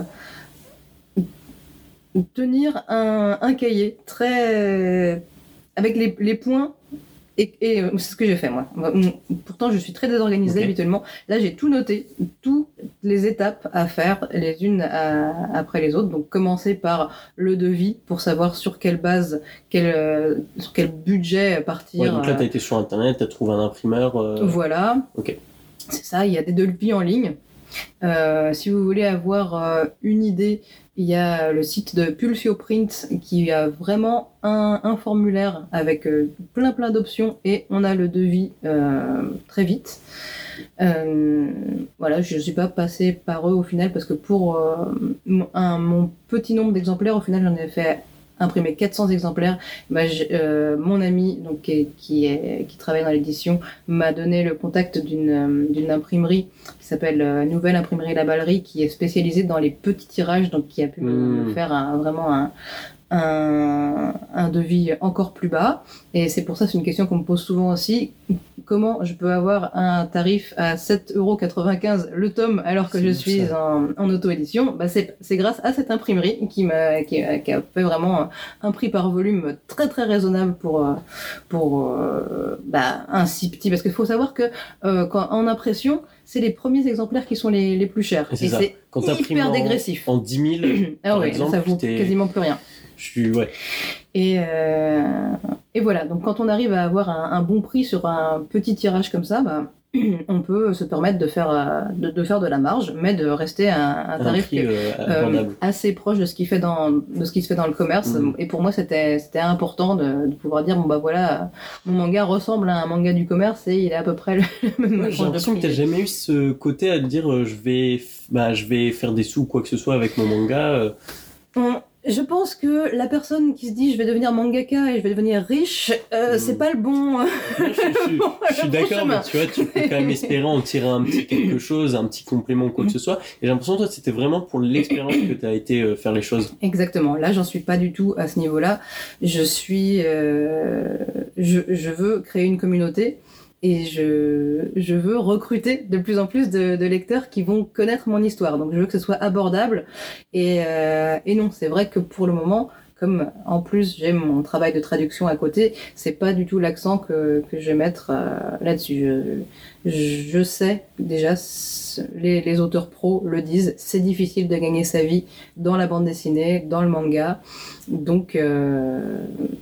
Speaker 2: tenir un, un cahier très avec les, les points. Et, et euh, c'est ce que j'ai fait moi. Pourtant, je suis très désorganisée
Speaker 3: Ok.
Speaker 2: habituellement. Là, j'ai tout noté, toutes les étapes à faire, les unes à- après les autres. Donc, commencer par le devis pour savoir sur quelle base, quel, euh, sur quel budget partir.
Speaker 3: Ouais, donc là,
Speaker 2: euh,
Speaker 3: tu as été sur Internet, tu as trouvé un imprimeur. euh,
Speaker 2: Voilà.
Speaker 3: Ok.
Speaker 2: C'est ça, il y a des devis en ligne. Euh, si vous voulez avoir euh, une idée, il y a le site de Pulsio Print qui a vraiment un, un formulaire avec euh, plein plein d'options, et on a le devis euh, très vite. Euh, voilà, je ne suis pas passée par eux au final, parce que pour euh, mon, un- mon petit nombre d'exemplaires, au final j'en ai fait imprimer quatre cents exemplaires. Bah, j'ai- euh, mon ami donc, qui, est- qui, est, qui travaille dans l'édition m'a donné le contact d'une euh, d'une imprimerie qui s'appelle euh, Nouvelle Imprimerie La Ballerie, qui est spécialisée dans les petits tirages, donc qui a pu me,
Speaker 3: Mmh.
Speaker 2: me faire un, vraiment un, un, un devis encore plus bas. Et c'est pour ça, c'est une question qu'on me pose souvent aussi. Comment je peux avoir un tarif à sept euros quatre-vingt-quinze le tome alors que
Speaker 3: C'est
Speaker 2: je
Speaker 3: ouf,
Speaker 2: suis
Speaker 3: ça.
Speaker 2: en, en auto-édition? Bah, c'est c'est grâce à cette imprimerie qui m'a qui, a- qui a fait vraiment un prix par volume très très raisonnable pour euh, pour euh, bah, un si petit, parce qu'il faut savoir que euh, quand en impression, c'est les premiers exemplaires qui sont les, les plus chers,
Speaker 3: Et c'est
Speaker 2: et
Speaker 3: ça.
Speaker 2: c'est
Speaker 3: Quand t'imprimes
Speaker 2: hyper
Speaker 3: en-
Speaker 2: dégressif.
Speaker 3: En dix mille,
Speaker 2: Ah
Speaker 3: par
Speaker 2: oui,
Speaker 3: exemple,
Speaker 2: ça vaut
Speaker 3: t'es-
Speaker 2: quasiment plus rien.
Speaker 3: je suis. Ouais.
Speaker 2: Et, euh, et voilà, donc quand on arrive à avoir un, un bon prix sur un petit tirage comme ça, bah, on peut se permettre de faire, euh, de, de faire de la marge, mais de rester à un, un
Speaker 3: Un
Speaker 2: tarif
Speaker 3: prix
Speaker 2: qui est,
Speaker 3: euh,
Speaker 2: euh,
Speaker 3: abordable.
Speaker 2: assez proche de ce qui fait dans de ce qui se fait dans le commerce.
Speaker 3: Mhm.
Speaker 2: Et pour moi, c'était c'était important de, de pouvoir dire bon bah voilà, mon manga ressemble à un manga du commerce et il est à peu près le même
Speaker 3: Ouais, j'ai
Speaker 2: tranche de
Speaker 3: l'impression que
Speaker 2: prix.
Speaker 3: t'as jamais eu ce côté à te dire euh, je vais, f- bah, je vais faire des sous ou quoi que ce soit avec mon manga. euh.
Speaker 2: On- Je pense que la personne qui se dit je vais devenir mangaka et je vais devenir riche, euh, mmh. c'est pas le bon.
Speaker 3: Moi, je, je, je, je suis d'accord, mais tu vois, tu peux quand même espérer en tirer un petit quelque chose, un petit complément, quoi que ce soit. Et j'ai l'impression que toi, c'était vraiment pour l'expérience que tu as été euh, faire les choses.
Speaker 2: Exactement. Là, j'en suis pas du tout à ce niveau-là. Je suis, euh, je, je veux créer une communauté. Et je, je veux recruter de plus en plus de, de lecteurs qui vont connaître mon histoire. Donc je veux que ce soit abordable. Et, euh, et non, c'est vrai que pour le moment, comme en plus j'ai mon travail de traduction à côté, c'est pas du tout l'accent que, que je vais mettre euh, là-dessus. Je, je sais déjà, les, les auteurs pros le disent, c'est difficile de gagner sa vie dans la bande dessinée, dans le manga. Donc... Euh,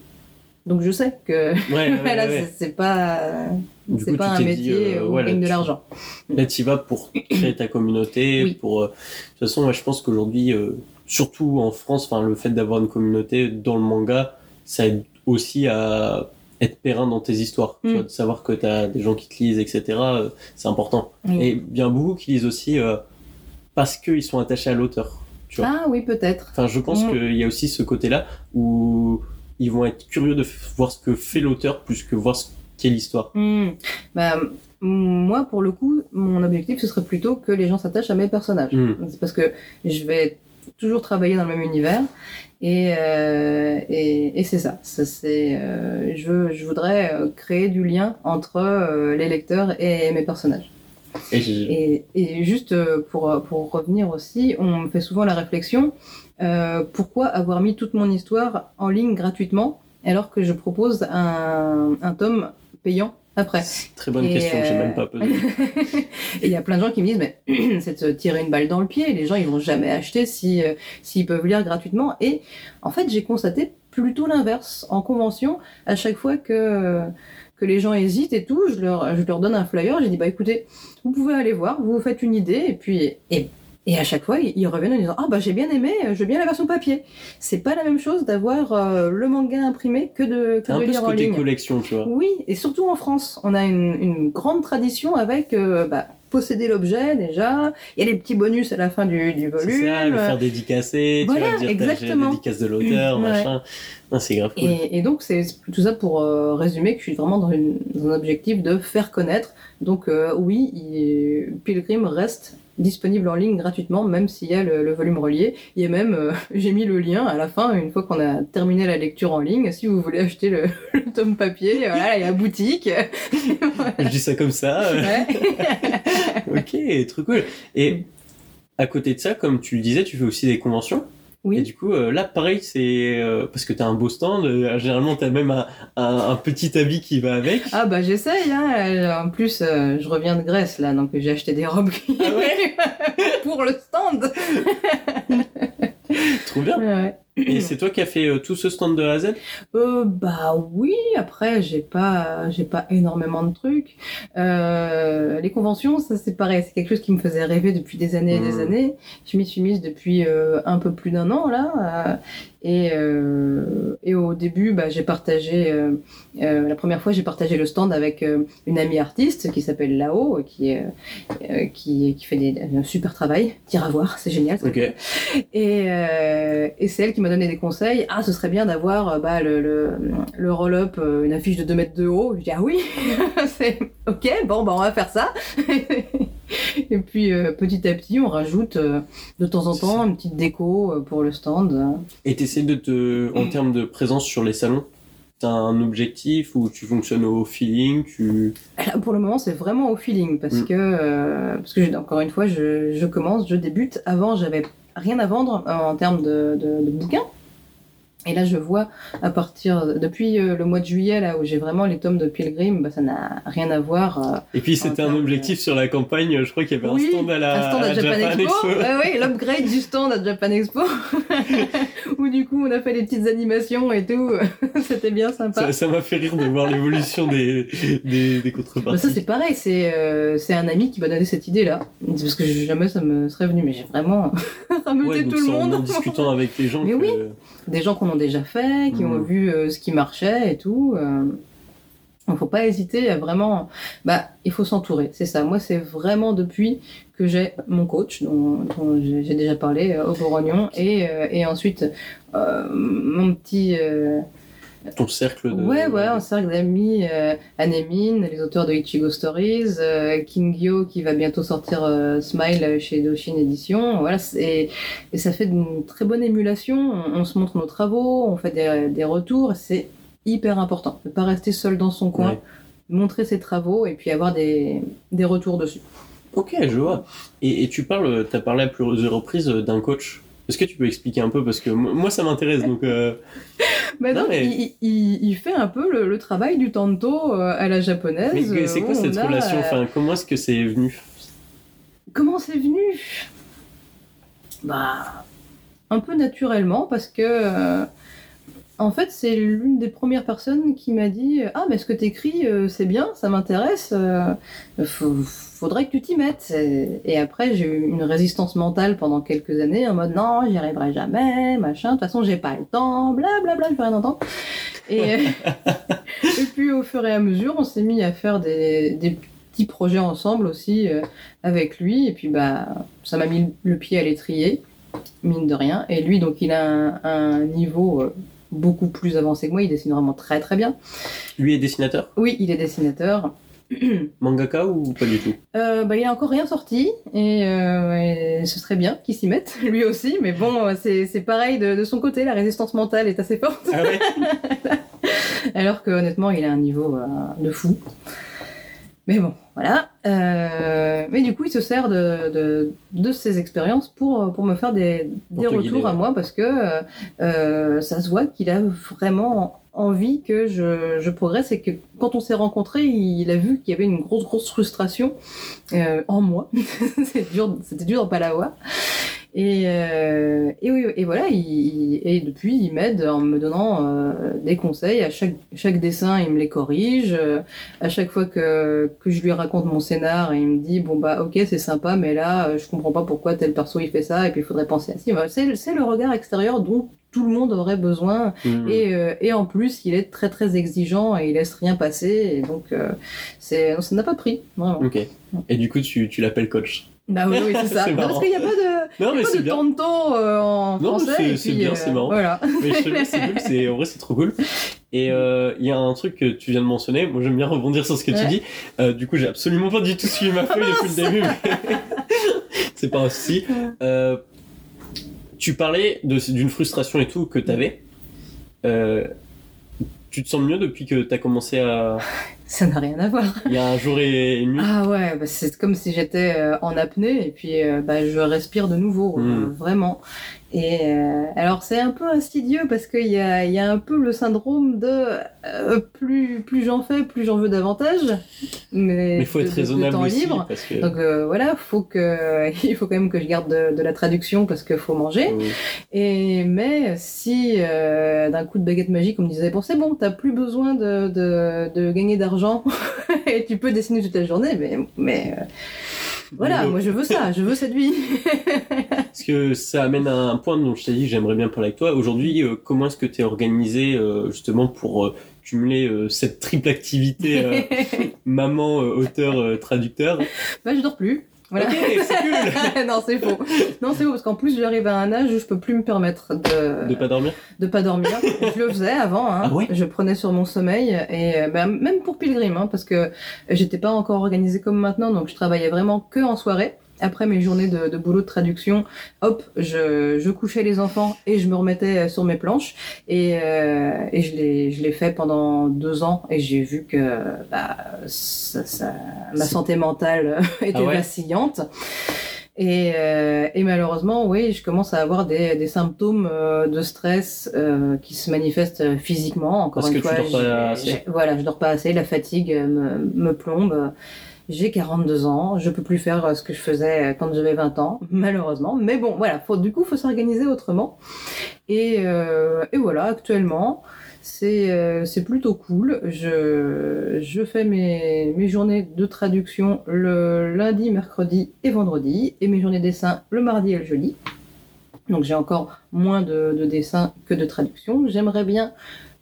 Speaker 2: Donc je sais que
Speaker 3: ouais, ouais,
Speaker 2: là,
Speaker 3: ouais.
Speaker 2: c'est, c'est pas,
Speaker 3: du
Speaker 2: c'est
Speaker 3: coup,
Speaker 2: pas un métier euh, où on gagne de l'argent.
Speaker 3: Là, tu y vas pour créer ta communauté.
Speaker 2: Oui.
Speaker 3: Pour, euh, de toute façon, ouais, je pense qu'aujourd'hui, euh, surtout en France, le fait d'avoir une communauté dans le manga, ça aide aussi à être périn dans tes histoires. Mm. Tu vois, de savoir que tu as des gens qui te lisent, et cetera, euh, c'est important. Oui. Et bien beaucoup qui lisent aussi euh, parce qu'ils sont attachés à l'auteur. Tu vois.
Speaker 2: Ah oui, peut-être.
Speaker 3: Enfin, je pense mm. qu'il y a aussi ce côté-là où... ils vont être curieux de f- voir ce que fait l'auteur plus que voir ce qu'est l'histoire.
Speaker 2: Mmh. Bah, moi, pour le coup, mon objectif, ce serait plutôt que les gens s'attachent à mes personnages. Mmh. C'est parce que je vais toujours travailler dans le même univers et, euh, et, et c'est ça. ça c'est, euh, je, je voudrais créer du lien entre euh, les lecteurs et mes personnages.
Speaker 3: Et, je...
Speaker 2: et, et juste pour, pour revenir aussi, on me fait souvent la réflexion, euh, pourquoi avoir mis toute mon histoire en ligne gratuitement alors que je propose un, un tome payant après?
Speaker 3: Très bonne et question, euh... j'ai même pas posé.
Speaker 2: Et il y a plein de gens qui me disent, mais c'est de tirer une balle dans le pied, les gens ils vont jamais acheter si, euh, s'ils peuvent lire gratuitement. Et en fait, j'ai constaté plutôt l'inverse. En convention, à chaque fois que... que les gens hésitent et tout, je leur, je leur donne un flyer, j'ai dit, bah écoutez, vous pouvez aller voir, vous vous faites une idée, et puis, et, et à chaque fois, ils reviennent en disant, ah bah j'ai bien aimé, je veux bien la version papier. C'est pas la même chose d'avoir euh, le manga imprimé que de, que de lire en ligne.
Speaker 3: C'est un peu ce côté collection, tu vois.
Speaker 2: Oui, et surtout en France, on a une, une grande tradition avec, euh, bah, posséder l'objet déjà, il y a les petits bonus à la fin du, du volume.
Speaker 3: C'est ça, le faire dédicacer,
Speaker 2: voilà,
Speaker 3: tu vas dire
Speaker 2: exactement.
Speaker 3: La dédicace de l'auteur, ouais. machin. Non, c'est grave cool.
Speaker 2: Et, et donc c'est tout ça pour euh, résumer que je suis vraiment dans, une, dans un objectif de faire connaître. Donc euh, oui, il, Pilgrim reste disponible en ligne gratuitement, même s'il y a le, le volume relié. Et même, euh, j'ai mis le lien à la fin, une fois qu'on a terminé la lecture en ligne, si vous voulez acheter le, le tome papier, voilà, il y a la boutique.
Speaker 3: Voilà. Je dis ça comme ça.
Speaker 2: Ouais.
Speaker 3: Ok, trop cool. Et à côté de ça, comme tu le disais, tu fais aussi des conventions.
Speaker 2: Oui.
Speaker 3: Et du coup, euh, là, pareil, c'est euh, parce que t'as un beau stand. Euh, généralement, t'as même un, un, un petit habit qui va avec.
Speaker 2: Ah bah j'essaye. Hein. En plus, euh, je reviens de Grèce là, donc j'ai acheté des robes
Speaker 3: ah ouais
Speaker 2: pour le stand.
Speaker 3: Trop bien.
Speaker 2: Ouais.
Speaker 3: Et c'est toi qui as fait euh, tout ce stand de A à Z?
Speaker 2: Euh, bah oui, après j'ai pas j'ai pas énormément de trucs. Euh, les conventions, ça c'est pareil, c'est quelque chose qui me faisait rêver depuis des années et des mmh. années. Je m'y suis mise depuis euh, un peu plus d'un an là. Euh, et euh, et au début, bah j'ai partagé euh, euh, la première fois j'ai partagé le stand avec euh, une amie artiste qui s'appelle Lao, qui est euh, qui qui fait des, un super travail. Tire à voir, c'est génial.
Speaker 3: Ok.
Speaker 2: Et euh, et c'est elle qui m'a donné des conseils. Ah, ce serait bien d'avoir bah, le, le, le roll-up, une affiche de deux mètres de haut. Je dis, ah oui, c'est ok, bon, bah, on va faire ça. Et puis, euh, petit à petit, on rajoute euh, de temps en temps une petite déco euh, pour le stand.
Speaker 3: Et t'essaies de te, en termes de présence sur les salons, t'as un objectif ou tu fonctionnes au feeling tu...
Speaker 2: Là, pour le moment, c'est vraiment au feeling parce mmh. que, euh, parce que encore une fois, je, je commence, je débute. Avant, j'avais rien à vendre en termes de, de, de bouquins. Et là, je vois, à partir, depuis euh, le mois de juillet, là, où j'ai vraiment les tomes de Pilgrim, bah, ça n'a rien à voir. Euh,
Speaker 3: et puis, c'était un objectif de... sur la campagne, je crois qu'il y avait
Speaker 2: oui,
Speaker 3: un stand à la
Speaker 2: un stand à, à Japan, Japan Expo. Expo. Ouais, ouais, l'upgrade du stand à Japan Expo. Où du coup, on a fait des petites animations et tout. C'était bien sympa.
Speaker 3: Ça, ça m'a fait rire de voir l'évolution des, des, des contreparties.
Speaker 2: Bah, ça, c'est pareil, c'est, euh, c'est un ami qui m'a donné cette idée-là. Parce que jamais ça me serait venu, mais j'ai vraiment rameuté
Speaker 3: ouais,
Speaker 2: tout le monde.
Speaker 3: En discutant avec les gens.
Speaker 2: Mais
Speaker 3: que...
Speaker 2: oui, des gens qu'on a déjà fait, qui mmh. ont vu euh, ce qui marchait et tout. Euh... Donc, faut pas hésiter à vraiment, bah, il faut s'entourer, c'est ça. Moi, c'est vraiment depuis que j'ai mon coach, dont, dont j'ai déjà parlé, euh, au Borognon, et, euh, et ensuite, euh, mon petit, euh,
Speaker 3: ton cercle de...
Speaker 2: Ouais, ouais, un cercle d'amis, euh, Anemine, les auteurs de Ichigo Stories, euh, Kingyo qui va bientôt sortir euh, Smile chez Doshin Édition, voilà, et, et ça fait une très bonne émulation, on, on se montre nos travaux, on fait des, des retours, c'est hyper important, ne pas rester seul dans son coin, ouais. Montrer ses travaux et puis avoir des, des retours dessus.
Speaker 3: Ok, je vois. Et, et tu parles, tu as parlé à plusieurs reprises d'un coach. Est-ce que tu peux expliquer un peu, parce que moi ça m'intéresse, donc... Euh...
Speaker 2: bah donc, mais... il, il, il fait un peu le, le travail du tanto euh, à la japonaise.
Speaker 3: Mais c'est quoi cette a... relation, enfin, comment est-ce que c'est venu?
Speaker 2: Comment c'est venu? Bah, un peu naturellement, parce que... Euh, en fait, c'est l'une des premières personnes qui m'a dit « Ah, mais ce que t'écris, euh, c'est bien, ça m'intéresse, euh, faut, faudrait que tu t'y mettes. » et, et après, j'ai eu une résistance mentale pendant quelques années, en mode « Non, j'y arriverai jamais, machin, de toute façon, j'ai pas le temps, blablabla, je peux rien entendre. » Et, et puis, au fur et à mesure, on s'est mis à faire des, des petits projets ensemble aussi euh, avec lui, et puis bah, ça m'a mis le pied à l'étrier, mine de rien. Et lui, donc, il a un, un niveau... Euh, beaucoup plus avancé que moi, il dessine vraiment très très bien.
Speaker 3: Lui est dessinateur?
Speaker 2: Oui, il est dessinateur.
Speaker 3: Mangaka ou pas du tout?
Speaker 2: euh, bah, Il a encore rien sorti, et, euh, et ce serait bien qu'il s'y mette, lui aussi, mais bon, c'est, c'est pareil de, de son côté, la résistance mentale est assez forte.
Speaker 3: Ah ouais.
Speaker 2: Alors que honnêtement, il a un niveau euh, de fou. Mais bon, voilà. Euh, mais du coup, il se sert de, de, de ses expériences pour, pour me faire des, des retours guider, à ouais. moi, parce que euh, ça se voit qu'il a vraiment envie que je, je progresse, et que quand on s'est rencontrés, il a vu qu'il y avait une grosse, grosse frustration euh, en moi. C'est dur, c'était dur de ne pas l'avoir. Et, euh, et, oui, et voilà, il, il, et depuis, il m'aide en me donnant euh, des conseils. À chaque, chaque dessin, il me les corrige. Euh, à chaque fois que, que je lui raconte mon scénar, il me dit, bon bah ok, c'est sympa, mais là, je comprends pas pourquoi tel perso il fait ça, et puis il faudrait penser à ça. C'est, c'est le regard extérieur dont tout le monde aurait besoin. Mmh. Et, euh, et en plus, il est très très exigeant et il laisse rien passer. Et donc, euh, c'est, ça n'a pas pris, vraiment.
Speaker 3: Ok. Et du coup, tu, tu l'appelles coach?
Speaker 2: Bah oui, oui, c'est ça.
Speaker 3: C'est
Speaker 2: non, parce qu'il n'y a pas de,
Speaker 3: non,
Speaker 2: y a pas de tanto euh, en
Speaker 3: non,
Speaker 2: français.
Speaker 3: C'est,
Speaker 2: et
Speaker 3: c'est
Speaker 2: puis,
Speaker 3: bien,
Speaker 2: euh,
Speaker 3: c'est marrant.
Speaker 2: Voilà.
Speaker 3: Mais je sais, c'est cool, c'est, en vrai, c'est trop cool. Et il euh, y a un truc que tu viens de mentionner. Moi, j'aime bien rebondir sur ce que ouais. tu dis. Euh, du coup, j'ai absolument pas du tout suivi ma feuille depuis le début. Mais... c'est pas un souci. Euh, tu parlais de, d'une frustration et tout que t'avais. Euh, tu te sens mieux depuis que t'as commencé à...
Speaker 2: Ça n'a rien à voir.
Speaker 3: Il y a un jour et une nuit.
Speaker 2: Ah ouais, bah c'est comme si j'étais euh, en apnée et puis euh, bah, je respire de nouveau, mmh. euh, vraiment. Et euh, alors c'est un peu insidieux parce qu'il y a, y a un peu le syndrome de euh, plus, plus j'en fais, plus j'en veux davantage. Mais il
Speaker 3: faut être
Speaker 2: de,
Speaker 3: raisonnable
Speaker 2: de temps
Speaker 3: aussi.
Speaker 2: Libre.
Speaker 3: Parce que...
Speaker 2: Donc euh, voilà, faut que, il faut quand même que je garde de, de la traduction parce qu'il faut manger. Mmh. Et, mais si euh, d'un coup de baguette magique on me disait bon c'est bon, t'as plus besoin de, de, de gagner d'argent et tu peux dessiner toute la journée, mais... mais euh... Voilà, moi je veux ça, je veux cette vie.
Speaker 3: Parce que ça amène à un point dont je t'ai dit que j'aimerais bien parler avec toi. Aujourd'hui, euh, comment est-ce que tu es organisé euh, justement pour euh, cumuler euh, cette triple activité euh, maman, euh, auteur, euh, traducteur?
Speaker 2: Bah je dors plus. Voilà.
Speaker 3: Ok, c'est cool.
Speaker 2: Non, c'est faux. Non, c'est faux parce qu'en plus j'arrive à un âge où je peux plus me permettre de
Speaker 3: de pas dormir.
Speaker 2: De pas dormir. Je le faisais avant. Hein.
Speaker 3: Ah ouais.
Speaker 2: Je prenais sur mon sommeil et bah, même pour Pilgrim, hein, parce que j'étais pas encore organisée comme maintenant, donc je travaillais vraiment que en soirée. Après mes journées de, de boulot de traduction, hop, je, je couchais les enfants et je me remettais sur mes planches. Et, euh, et je l'ai, je l'ai fait pendant deux ans et j'ai vu que bah, ça, ça, ma santé mentale était ah ouais. vacillante. Et, euh, et malheureusement, oui, je commence à avoir des, des symptômes euh, de stress euh, qui se manifestent physiquement. Encore
Speaker 3: Parce
Speaker 2: une
Speaker 3: que
Speaker 2: fois,
Speaker 3: tu dors pas assez.
Speaker 2: Voilà, je dors pas assez, la fatigue me, me plombe. J'ai quarante-deux ans, je peux plus faire ce que je faisais quand j'avais vingt ans, malheureusement. Mais bon, voilà, faut, du coup, faut s'organiser autrement. Et, euh, et voilà, actuellement, c'est, euh, c'est plutôt cool. Je, je fais mes, mes journées de traduction le lundi, mercredi et vendredi, et mes journées de dessin le mardi et le jeudi. Donc j'ai encore moins de, de dessins que de traduction. J'aimerais bien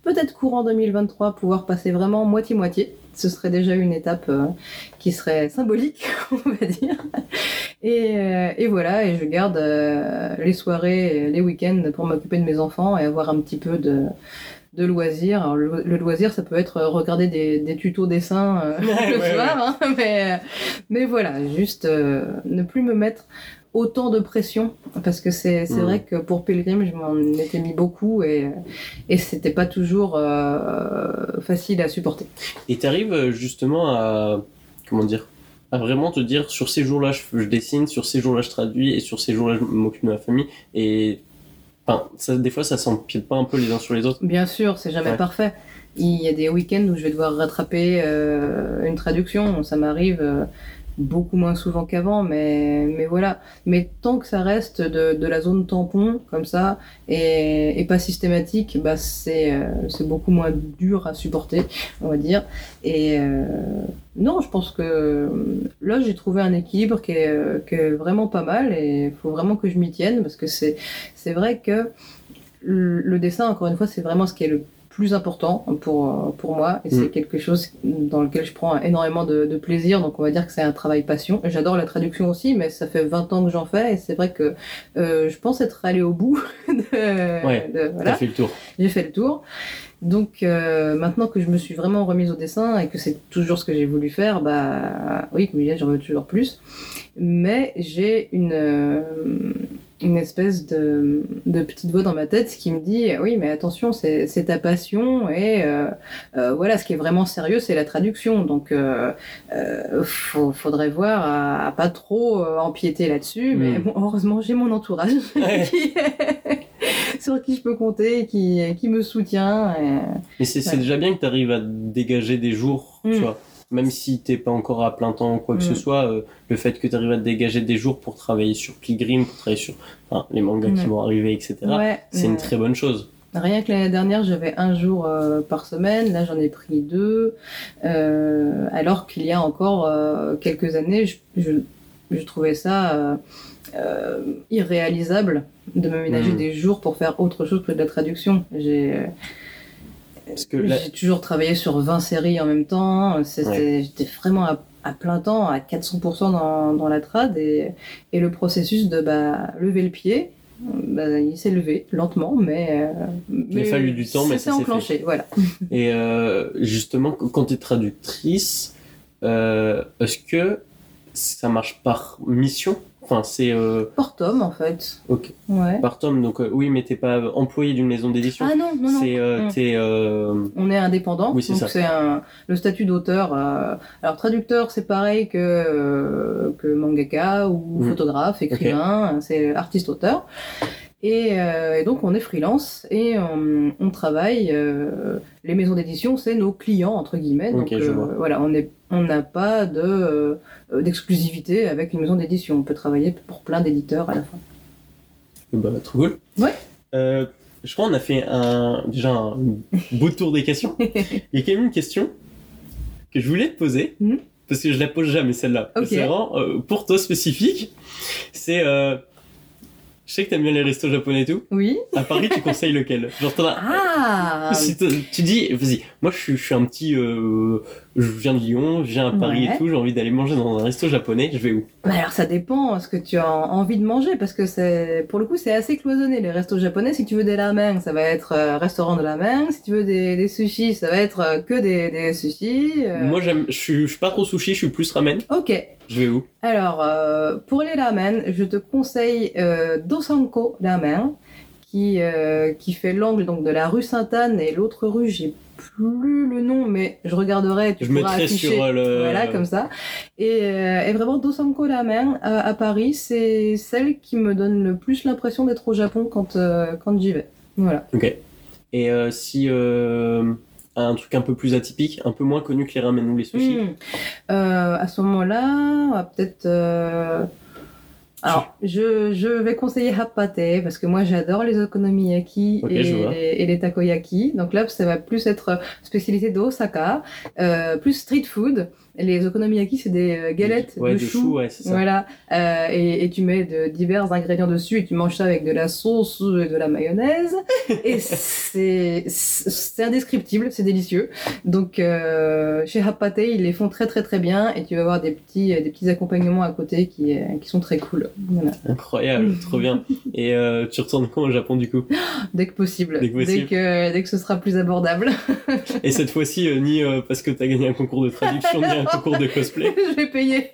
Speaker 2: peut-être courant deux mille vingt-trois, pouvoir passer vraiment moitié-moitié. Ce serait déjà une étape euh, qui serait symbolique, on va dire. Et, euh, et voilà, et je garde euh, les soirées, les week-ends pour m'occuper de mes enfants et avoir un petit peu de, de loisirs. Alors, le, le loisir, ça peut être regarder des, des tutos dessins euh,
Speaker 3: Ouais,
Speaker 2: le
Speaker 3: ouais,
Speaker 2: soir, hein, mais, mais voilà, juste euh, ne plus me mettre autant de pression, parce que c'est c'est
Speaker 3: Mmh.
Speaker 2: vrai que pour Pilgrim, je m'en étais mis beaucoup et, et c'était pas toujours euh, facile à supporter.
Speaker 3: Et t'arrives justement à, comment dire, à vraiment te dire, sur ces jours-là, je, je dessine, sur ces jours-là, je traduis, et sur ces jours-là, je m'occupe de ma famille, et enfin, ça, des fois, ça s'empiète pas un peu les uns sur les autres.
Speaker 2: Bien sûr, c'est jamais
Speaker 3: Ouais.
Speaker 2: parfait. Il y a des week-ends où je vais devoir rattraper euh, une traduction, ça m'arrive euh, beaucoup moins souvent qu'avant, mais, mais voilà. Mais tant que ça reste de, de la zone tampon, comme ça, et, et pas systématique, bah c'est euh, c'est beaucoup moins dur à supporter, on va dire. Et euh, non, je pense que euh, là, j'ai trouvé un équilibre qui est, euh, qui est vraiment pas mal, et il faut vraiment que je m'y tienne, parce que c'est c'est vrai que le, le dessin, encore une fois, c'est vraiment ce qui est le plus important pour, pour moi, et c'est
Speaker 3: Mm.
Speaker 2: quelque chose dans lequel je prends énormément de, de plaisir, donc on va dire que c'est un travail passion. J'adore la traduction aussi, mais ça fait vingt ans que j'en fais, et c'est vrai que euh, je pense être allée au bout de,
Speaker 3: Ouais,
Speaker 2: de-
Speaker 3: T'as
Speaker 2: voilà,
Speaker 3: fait le tour.
Speaker 2: j'ai fait le tour. Donc euh, maintenant que je me suis vraiment remise au dessin et que c'est toujours ce que j'ai voulu faire, bah oui, comme je disais, j'en veux toujours plus. Mais j'ai une, euh, une espèce de, de petite voix dans ma tête qui me dit oui, mais attention, c'est c'est ta passion et euh, euh, voilà, ce qui est vraiment sérieux, c'est la traduction. Donc euh, euh, faut- faudrait voir à, à pas trop euh, empiéter là-dessus. Mais
Speaker 3: Mm.
Speaker 2: bon, heureusement, j'ai mon entourage
Speaker 3: Ouais.
Speaker 2: qui sur qui je peux compter et qui, qui me soutient. Et...
Speaker 3: Mais c'est c'est
Speaker 2: Ouais.
Speaker 3: déjà bien que t'arrives à dégager des jours,
Speaker 2: Mm.
Speaker 3: tu vois. Même si t'es pas encore à plein temps ou quoi que
Speaker 2: Mm.
Speaker 3: ce soit, euh, le fait que t'arrives à te dégager des jours pour travailler sur Pilgrim, pour travailler sur enfin, les mangas qui
Speaker 2: Mm.
Speaker 3: vont arriver, et cetera,
Speaker 2: Ouais,
Speaker 3: c'est une
Speaker 2: ouais.
Speaker 3: très bonne chose.
Speaker 2: Rien que l'année dernière, j'avais un jour euh, par semaine. Là, j'en ai pris deux. Euh, alors qu'il y a encore euh, quelques années, je, je, je trouvais ça euh, euh, irréalisable de me ménager
Speaker 3: Mm.
Speaker 2: des jours pour faire autre chose que de la traduction. J'ai
Speaker 3: Parce que là,
Speaker 2: j'ai toujours travaillé sur vingt séries en même temps. C'était,
Speaker 3: Ouais.
Speaker 2: J'étais vraiment à, à plein temps, à quatre cents pour cent dans, dans la trad. Et, et le processus de bah, lever le pied, bah, il s'est levé lentement, mais, euh,
Speaker 3: Il a
Speaker 2: mais
Speaker 3: fallu du temps, mais
Speaker 2: c'est
Speaker 3: ça s'est
Speaker 2: enclenché. Voilà.
Speaker 3: et euh, justement, quand t'es traductrice, euh, est-ce que ça marche par mission? Enfin, c'est euh,
Speaker 2: Par tome, en fait.
Speaker 3: ok,
Speaker 2: Ouais.
Speaker 3: par tome, donc euh, oui, mais t'es pas employé d'une maison d'édition.
Speaker 2: Ah non, non, non.
Speaker 3: C'est euh,
Speaker 2: Mm.
Speaker 3: t'es euh,
Speaker 2: On est indépendant,
Speaker 3: Oui, c'est
Speaker 2: donc
Speaker 3: ça.
Speaker 2: c'est un, le statut d'auteur. euh, alors traducteur, c'est pareil que, euh, que mangaka ou
Speaker 3: Mm.
Speaker 2: photographe, écrivain, c'est artiste-auteur. Et, euh, et donc on est freelance et on, on travaille. euh, les maisons d'édition, c'est nos clients entre guillemets.
Speaker 3: Ok,
Speaker 2: Donc
Speaker 3: je
Speaker 2: euh,
Speaker 3: vois.
Speaker 2: voilà, on est, on n'a pas de euh, d'exclusivité avec une maison d'édition. On peut travailler pour plein d'éditeurs à la fois.
Speaker 3: bah, trop cool.
Speaker 2: Ouais.
Speaker 3: Euh, je crois qu'on a fait un déjà un beau tour des questions. Il y a quand même une question que je voulais te poser
Speaker 2: Mhm.
Speaker 3: parce que je la pose jamais celle-là.
Speaker 2: Ok.
Speaker 3: C'est vraiment euh, pour toi spécifique. C'est euh, je sais que t'aimes bien les restos japonais et tout.
Speaker 2: Oui.
Speaker 3: À Paris, tu conseilles lequel? Genre, t'en as...
Speaker 2: Ah.
Speaker 3: Si t'as- tu dis, vas-y, moi je suis, je suis un petit. Euh, je viens de Lyon, je viens à Paris
Speaker 2: Ouais.
Speaker 3: et tout, j'ai envie d'aller manger dans un resto japonais, je vais où?
Speaker 2: Bah alors ça dépend ce que tu as envie de manger parce que c'est pour le coup c'est assez cloisonné les restos japonais. Si tu veux des ramen, ça va être euh, restaurant de ramen. Si tu veux des, des sushis, ça va être euh, que des, des sushis. euh.
Speaker 3: Moi j'aime, je suis, je suis pas trop sushi, je suis plus ramen.
Speaker 2: Ok.
Speaker 3: Je vais où?
Speaker 2: Alors euh, pour les ramen, je te conseille euh, Dosanko Ramen qui euh, qui fait l'angle donc de la rue Sainte-Anne et l'autre rue j'ai plus le nom mais je regarderai. Tu
Speaker 3: Je
Speaker 2: pourras
Speaker 3: mettrai
Speaker 2: afficher.
Speaker 3: sur euh, le.
Speaker 2: Voilà, comme ça. Et, euh, et vraiment, Dosanko Ramen à, à Paris, c'est celle qui me donne le plus l'impression d'être au Japon quand, euh, quand j'y vais. Voilà.
Speaker 3: Ok. Et euh, si euh, un truc un peu plus atypique, un peu moins connu que les ramen ou les sushis.
Speaker 2: Hmm. Euh, à ce moment-là, on va peut-être. euh, Alors, je, je vais conseiller Happate parce que moi j'adore les okonomiyaki
Speaker 3: Ok,
Speaker 2: et,
Speaker 3: je vois.
Speaker 2: les, et les takoyaki. Donc là, ça va plus être spécialité d'Osaka, euh, plus street food. Les okonomiyaki, c'est des euh, galettes
Speaker 3: ouais,
Speaker 2: de,
Speaker 3: de
Speaker 2: choux.
Speaker 3: choux, ouais, c'est ça.
Speaker 2: Voilà. Euh, et, et tu mets de divers ingrédients dessus et tu manges ça avec de la sauce ou de la mayonnaise. Et c'est, c'est indescriptible, c'est délicieux. Donc, euh, chez Hapate, ils les font très très très bien et tu vas avoir des petits, des petits accompagnements à côté qui, qui sont très cool. Voilà.
Speaker 3: Incroyable, trop bien. Et euh, tu retournes quand au Japon du coup?
Speaker 2: Dès que possible.
Speaker 3: Dès que possible.
Speaker 2: Dès que, dès que ce sera plus abordable.
Speaker 3: Et cette fois-ci, euh, ni euh, parce que t'as gagné un concours de traduction, ni un concours de cosplay.
Speaker 2: Je vais payer.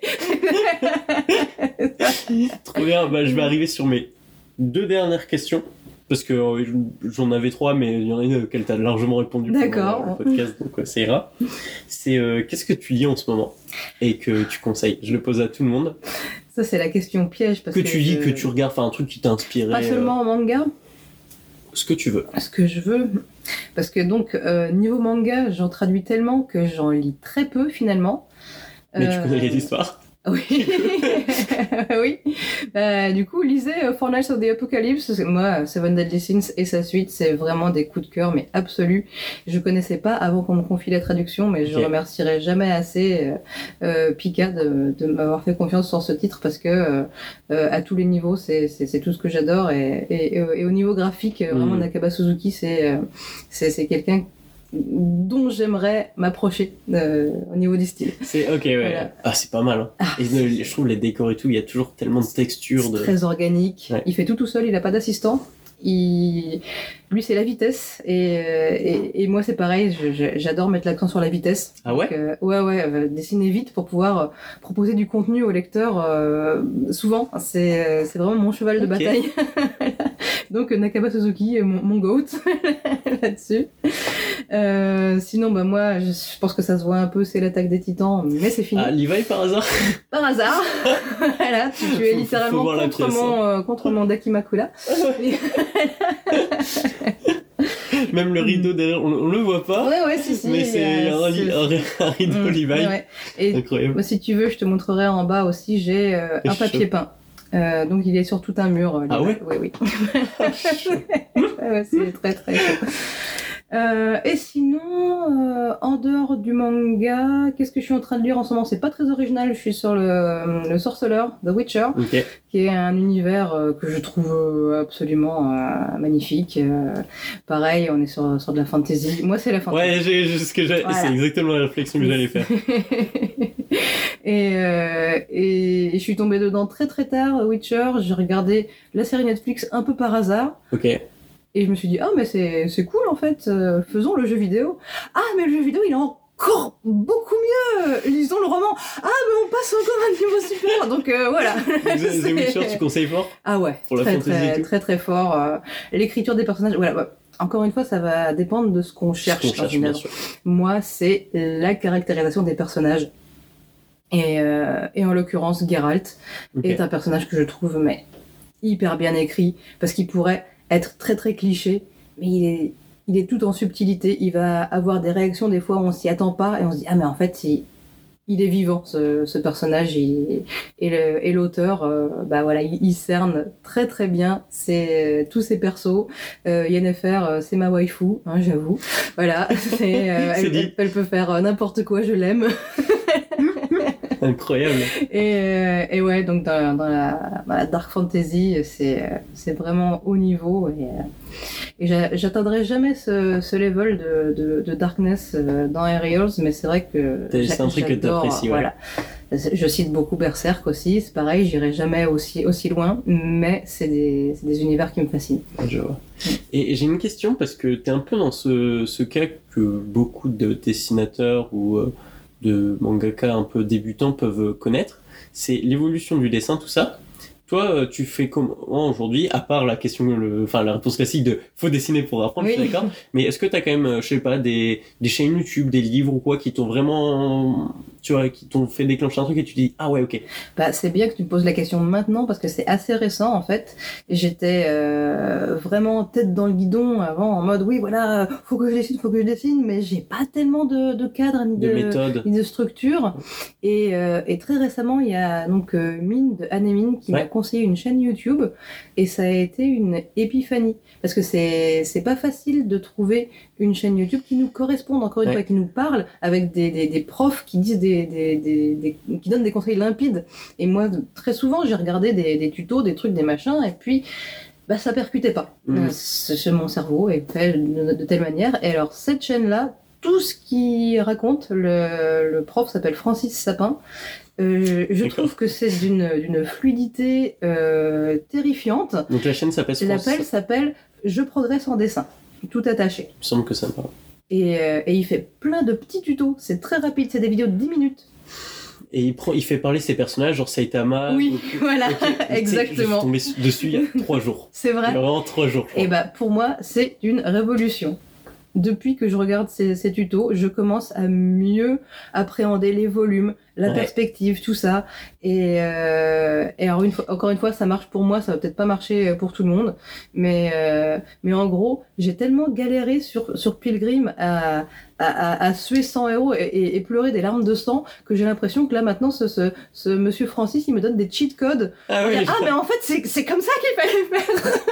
Speaker 3: Trop bien, bah, je vais arriver sur mes deux dernières questions. Parce que euh, j'en avais trois, mais il y en a une auquel t'as largement répondu
Speaker 2: D'accord.
Speaker 3: pendant le podcast, donc euh, ça ira. C'est euh, qu'est-ce que tu lis en ce moment et que tu conseilles? Je le pose à tout le monde.
Speaker 2: Ça, c'est la question piège. Parce
Speaker 3: que,
Speaker 2: que
Speaker 3: tu lis,
Speaker 2: je...
Speaker 3: que tu regardes, enfin un truc qui t'a inspiré.
Speaker 2: Pas seulement en manga.
Speaker 3: Euh, ce que tu veux.
Speaker 2: Ce que je veux. Parce que donc, euh, niveau manga, j'en traduis tellement que j'en lis très peu finalement.
Speaker 3: Mais
Speaker 2: euh...
Speaker 3: tu connais les histoires?
Speaker 2: Oui. Oui. Bah, du coup, lisez euh, Four Knights of the Apocalypse. Moi, Seven Deadly Sins et sa suite, c'est vraiment des coups de cœur, mais absolus. Je connaissais pas avant qu'on me confie la traduction, mais je
Speaker 3: Okay.
Speaker 2: remercierai jamais assez euh, euh, Pika de, de m'avoir fait confiance sur ce titre parce que euh, euh, à tous les niveaux, c'est, c'est, c'est tout ce que j'adore. Et, et, et au niveau graphique, mm. vraiment, Nakaba Suzuki, c'est, euh, c'est, c'est quelqu'un dont j'aimerais m'approcher euh, au niveau du style.
Speaker 3: C'est ok, ouais. Voilà. Ah, c'est pas mal. Hein. Ah, et c'est... je trouve les décors et tout, il y a toujours tellement de textures. De...
Speaker 2: Très organique. Ouais. Il fait tout tout seul, il a pas d'assistant. Il... Lui, c'est la vitesse. Et, et, et moi, c'est pareil, je, j'adore mettre l'accent sur la vitesse.
Speaker 3: Ah ouais?
Speaker 2: Donc, euh, ouais, ouais, euh, dessiner vite pour pouvoir euh, proposer du contenu au lecteur. Euh, souvent, c'est, c'est vraiment mon cheval de okay. bataille. Donc, Nakaba Suzuki, mon, mon goat là-dessus. Euh, sinon, bah, moi, je, je pense que ça se voit un peu, c'est l'attaque des titans, mais c'est fini.
Speaker 3: Ah, Levi par hasard?
Speaker 2: Par hasard. Voilà, tu, tu es littéralement faut, faut contre, pièce, mon, hein. euh, contre mon Dakimakura.
Speaker 3: Même le rideau derrière, on, on le voit pas.
Speaker 2: Ouais, ouais, si, si.
Speaker 3: Mais c'est a, un, un, un rideau mmh, Levi. Ouais.
Speaker 2: Et
Speaker 3: incroyable.
Speaker 2: Moi, si tu veux, je te montrerai en bas aussi, j'ai euh, un papier chaud. peint. Euh, donc il est sur tout un mur.
Speaker 3: Ah ouais?
Speaker 2: Oui, oui. Ouais, c'est très très chaud. Euh, et sinon, euh, en dehors du manga, qu'est-ce que je suis en train de lire en ce moment? C'est pas très original, je suis sur le, le sorceleur, The Witcher,
Speaker 3: okay.
Speaker 2: qui est un univers euh, que je trouve absolument euh, magnifique. Euh, pareil, on est sur, sur de la fantasy. Moi, c'est la fantasy.
Speaker 3: Ouais, j'ai, j'ai, ce que j'ai, voilà. C'est exactement la réflexion que j'allais faire.
Speaker 2: Et, euh, et, et je suis tombée dedans très très tard, The Witcher. J'ai regardé la série Netflix un peu par hasard.
Speaker 3: Ok.
Speaker 2: Et je me suis dit, ah, mais c'est, c'est cool en fait, euh, faisons le jeu vidéo. Ah, mais le jeu vidéo, il est encore beaucoup mieux. Lisons le roman. Ah, mais on passe encore à un niveau supérieur. Donc euh, voilà.
Speaker 3: The, The Witcher, tu conseilles fort?
Speaker 2: Ah ouais,
Speaker 3: pour
Speaker 2: très,
Speaker 3: la
Speaker 2: très, très, très très fort. Euh, l'écriture des personnages, voilà. Bah, encore une fois, ça va dépendre de ce qu'on cherche,
Speaker 3: ce qu'on
Speaker 2: dans
Speaker 3: cherche
Speaker 2: une œuvre. Moi, c'est la caractérisation des personnages. Et, euh, et en l'occurrence, Geralt okay. est un personnage que je trouve mais hyper bien écrit parce qu'il pourrait être très très cliché, mais il est, il est tout en subtilité. Il va avoir des réactions des fois où on s'y attend pas et on se dit ah mais en fait il, il est vivant ce, ce personnage il, et, le, et l'auteur euh, bah voilà il, il cerne très très bien ses, tous ses persos. Euh, Yennefer euh, c'est ma waifu, hein, j'avoue. Voilà, c'est, euh, c'est elle, elle, elle peut faire n'importe quoi, je l'aime.
Speaker 3: Incroyable.
Speaker 2: Et, euh, et ouais, donc dans, dans, la, dans la dark fantasy, c'est, c'est vraiment haut niveau. Et, et j'atteindrai jamais ce, ce level de, de, de darkness dans Aerials, mais c'est vrai que
Speaker 3: c'est un truc que t'apprécies,
Speaker 2: voilà. Je cite beaucoup Berserk aussi, c'est pareil, j'irai jamais aussi, aussi loin, mais c'est des, c'est des univers qui me fascinent.
Speaker 3: Je vois. Et j'ai une question, parce que t'es un peu dans ce, ce cas que beaucoup de dessinateurs ou euh, de mangaka un peu débutants peuvent connaître, c'est l'évolution du dessin, tout ça. Toi, tu fais comment aujourd'hui, à part la question, le, enfin la réponse classique de faut dessiner pour apprendre, oui. Je suis d'accord. Mais est-ce que t'as quand même, je sais pas, des des chaînes YouTube, des livres ou quoi qui t'ont vraiment, tu vois, qui t'ont fait déclencher un truc et tu dis ah ouais ok.
Speaker 2: Bah c'est bien que tu me poses la question maintenant parce que c'est assez récent en fait. J'étais euh, vraiment tête dans le guidon avant en mode oui voilà faut que je dessine, faut que je dessine, mais j'ai pas tellement de de cadre ni de,
Speaker 3: de méthode
Speaker 2: ni de structure. Et euh, et très récemment il y a donc euh, Mine de Anemine qui ouais. m'a conseillé une chaîne YouTube et ça a été une épiphanie parce que c'est c'est pas facile de trouver une chaîne YouTube qui nous corresponde encore une ouais. fois, qui nous parle avec des des des profs qui disent des des, des, des, des, qui donne des conseils limpides. Et moi, très souvent, j'ai regardé des, des tutos, des trucs, des machins, et puis bah, ça percutait pas. Mmh. Euh, c'est mon cerveau est fait de, de telle manière. Et alors, cette chaîne-là, tout ce qu'il raconte, le, le prof s'appelle Francis Sapin. Euh, je D'accord. trouve que c'est d'une, d'une fluidité euh, terrifiante.
Speaker 3: Donc la chaîne s'appelle
Speaker 2: Francis... L'appel s'appelle Je progresse en dessin, tout attaché.
Speaker 3: Il me semble que ça me parle.
Speaker 2: Et, euh, et il fait plein de petits tutos, c'est très rapide, c'est des vidéos de dix minutes.
Speaker 3: Et il, prend, il fait parler ses personnages, genre Saitama.
Speaker 2: Oui,
Speaker 3: Goku.
Speaker 2: voilà,
Speaker 3: okay.
Speaker 2: exactement.
Speaker 3: Je suis tombé dessus il y a trois jours.
Speaker 2: C'est vrai.
Speaker 3: Il y a vraiment trois jours.
Speaker 2: Et bah pour moi, c'est une révolution. Depuis que je regarde ces, ces tutos, je commence à mieux appréhender les volumes, la ouais. perspective, tout ça. Et, euh, et alors une fois, encore une fois, ça marche pour moi, ça va peut-être pas marcher pour tout le monde, mais euh, mais en gros, j'ai tellement galéré sur sur Pilgrim à à, à, à suer sang héros et, et, et pleurer des larmes de sang que j'ai l'impression que là maintenant, ce ce, ce monsieur Francis, il me donne des cheat codes.
Speaker 3: Ah, oui,
Speaker 2: ah mais en fait, c'est c'est comme ça qu'il fallait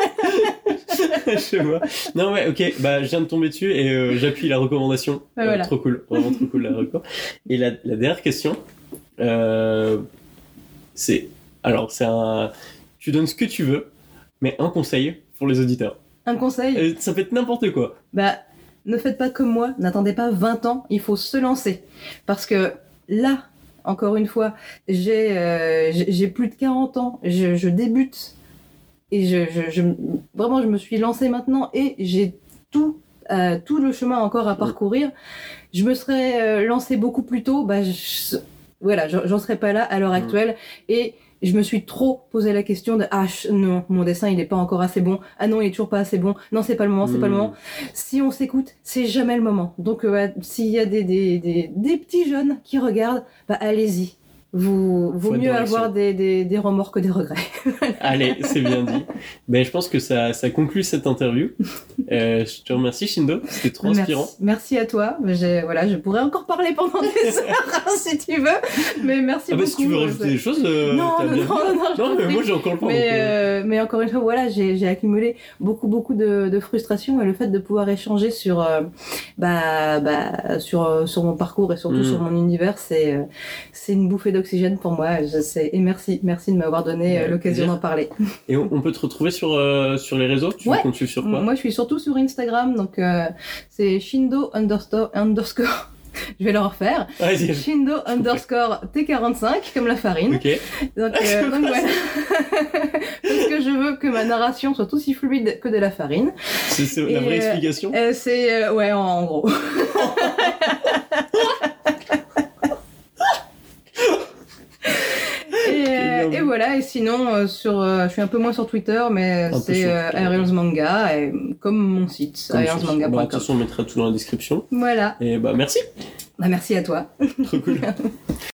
Speaker 2: faire.
Speaker 3: Je vois. Non ouais, ok, bah je viens de tomber dessus et euh, j'appuie la recommandation.
Speaker 2: Ouais,
Speaker 3: euh,
Speaker 2: voilà.
Speaker 3: Trop cool, vraiment trop cool la recommandation. Et la, la dernière question, euh, c'est alors c'est un, tu donnes ce que tu veux, mais un conseil pour les auditeurs.
Speaker 2: Un conseil.
Speaker 3: Euh, ça peut être n'importe quoi.
Speaker 2: Bah ne faites pas comme moi, n'attendez pas vingt ans, il faut se lancer, parce que là, encore une fois, j'ai euh, j'ai, j'ai plus de quarante ans, je, je débute. Et je, je, je, vraiment, je me suis lancée maintenant et j'ai tout, euh, tout le chemin encore à parcourir. Je me serais euh, lancée beaucoup plus tôt, bah, je, voilà, j'en serais pas là à l'heure actuelle. Et je me suis trop posé la question de ah non, mon dessin il est pas encore assez bon. Ah non, il est toujours pas assez bon. Non, c'est pas le moment, c'est mmh. pas le moment. Si on s'écoute, c'est jamais le moment. Donc, euh, s'il y a des, des, des, des petits jeunes qui regardent, bah allez-y. Vous, vaut mieux avoir des, des, des remords que des regrets.
Speaker 3: Allez, c'est bien dit. Ben, je pense que ça, ça conclut cette interview. Euh, je te remercie, Shindo. C'était trop inspirant.
Speaker 2: Merci, merci à toi. J'ai, voilà, je pourrais encore parler pendant des heures si tu veux. Mais merci
Speaker 3: ah bah,
Speaker 2: beaucoup.
Speaker 3: Si tu veux rajouter des choses, euh,
Speaker 2: non, non, non, non, non,
Speaker 3: non, mais moi j'ai encore le temps.
Speaker 2: Mais,
Speaker 3: donc, euh...
Speaker 2: euh, mais encore une fois, voilà, j'ai, j'ai accumulé beaucoup, beaucoup de, de frustration et le fait de pouvoir échanger sur, euh, bah, bah, sur, sur mon parcours et surtout mmh. sur mon univers, c'est, euh, c'est une bouffée d'oxygène pour moi. Je sais. Et merci, merci de m'avoir donné euh, l'occasion d'en parler.
Speaker 3: Et on, on peut te retrouver sur, euh, sur les réseaux? Tu
Speaker 2: ouais.
Speaker 3: veux qu'on te suive sur quoi?
Speaker 2: Moi, je suis surtout sur Instagram, donc euh, c'est Shindo underscore, underscore je vais le refaire.
Speaker 3: Vas-y.
Speaker 2: Shindo underscore T quarante-cinq, comme la farine.
Speaker 3: Ok.
Speaker 2: Donc, euh, donc voilà. Parce que je veux que ma narration soit aussi fluide que de la farine.
Speaker 3: C'est, c'est la vraie euh, explication
Speaker 2: euh, C'est, euh, ouais, en, en gros. Et, euh, et voilà, et sinon, euh, sur, euh, je suis un peu moins sur Twitter, mais un c'est euh, Aerials Manga, et, comme mon site, aerials manga point com.
Speaker 3: Bah, de toute façon, on mettra tout dans la description.
Speaker 2: Voilà.
Speaker 3: Et bah, merci.
Speaker 2: Bah, merci à toi.
Speaker 3: Trop cool.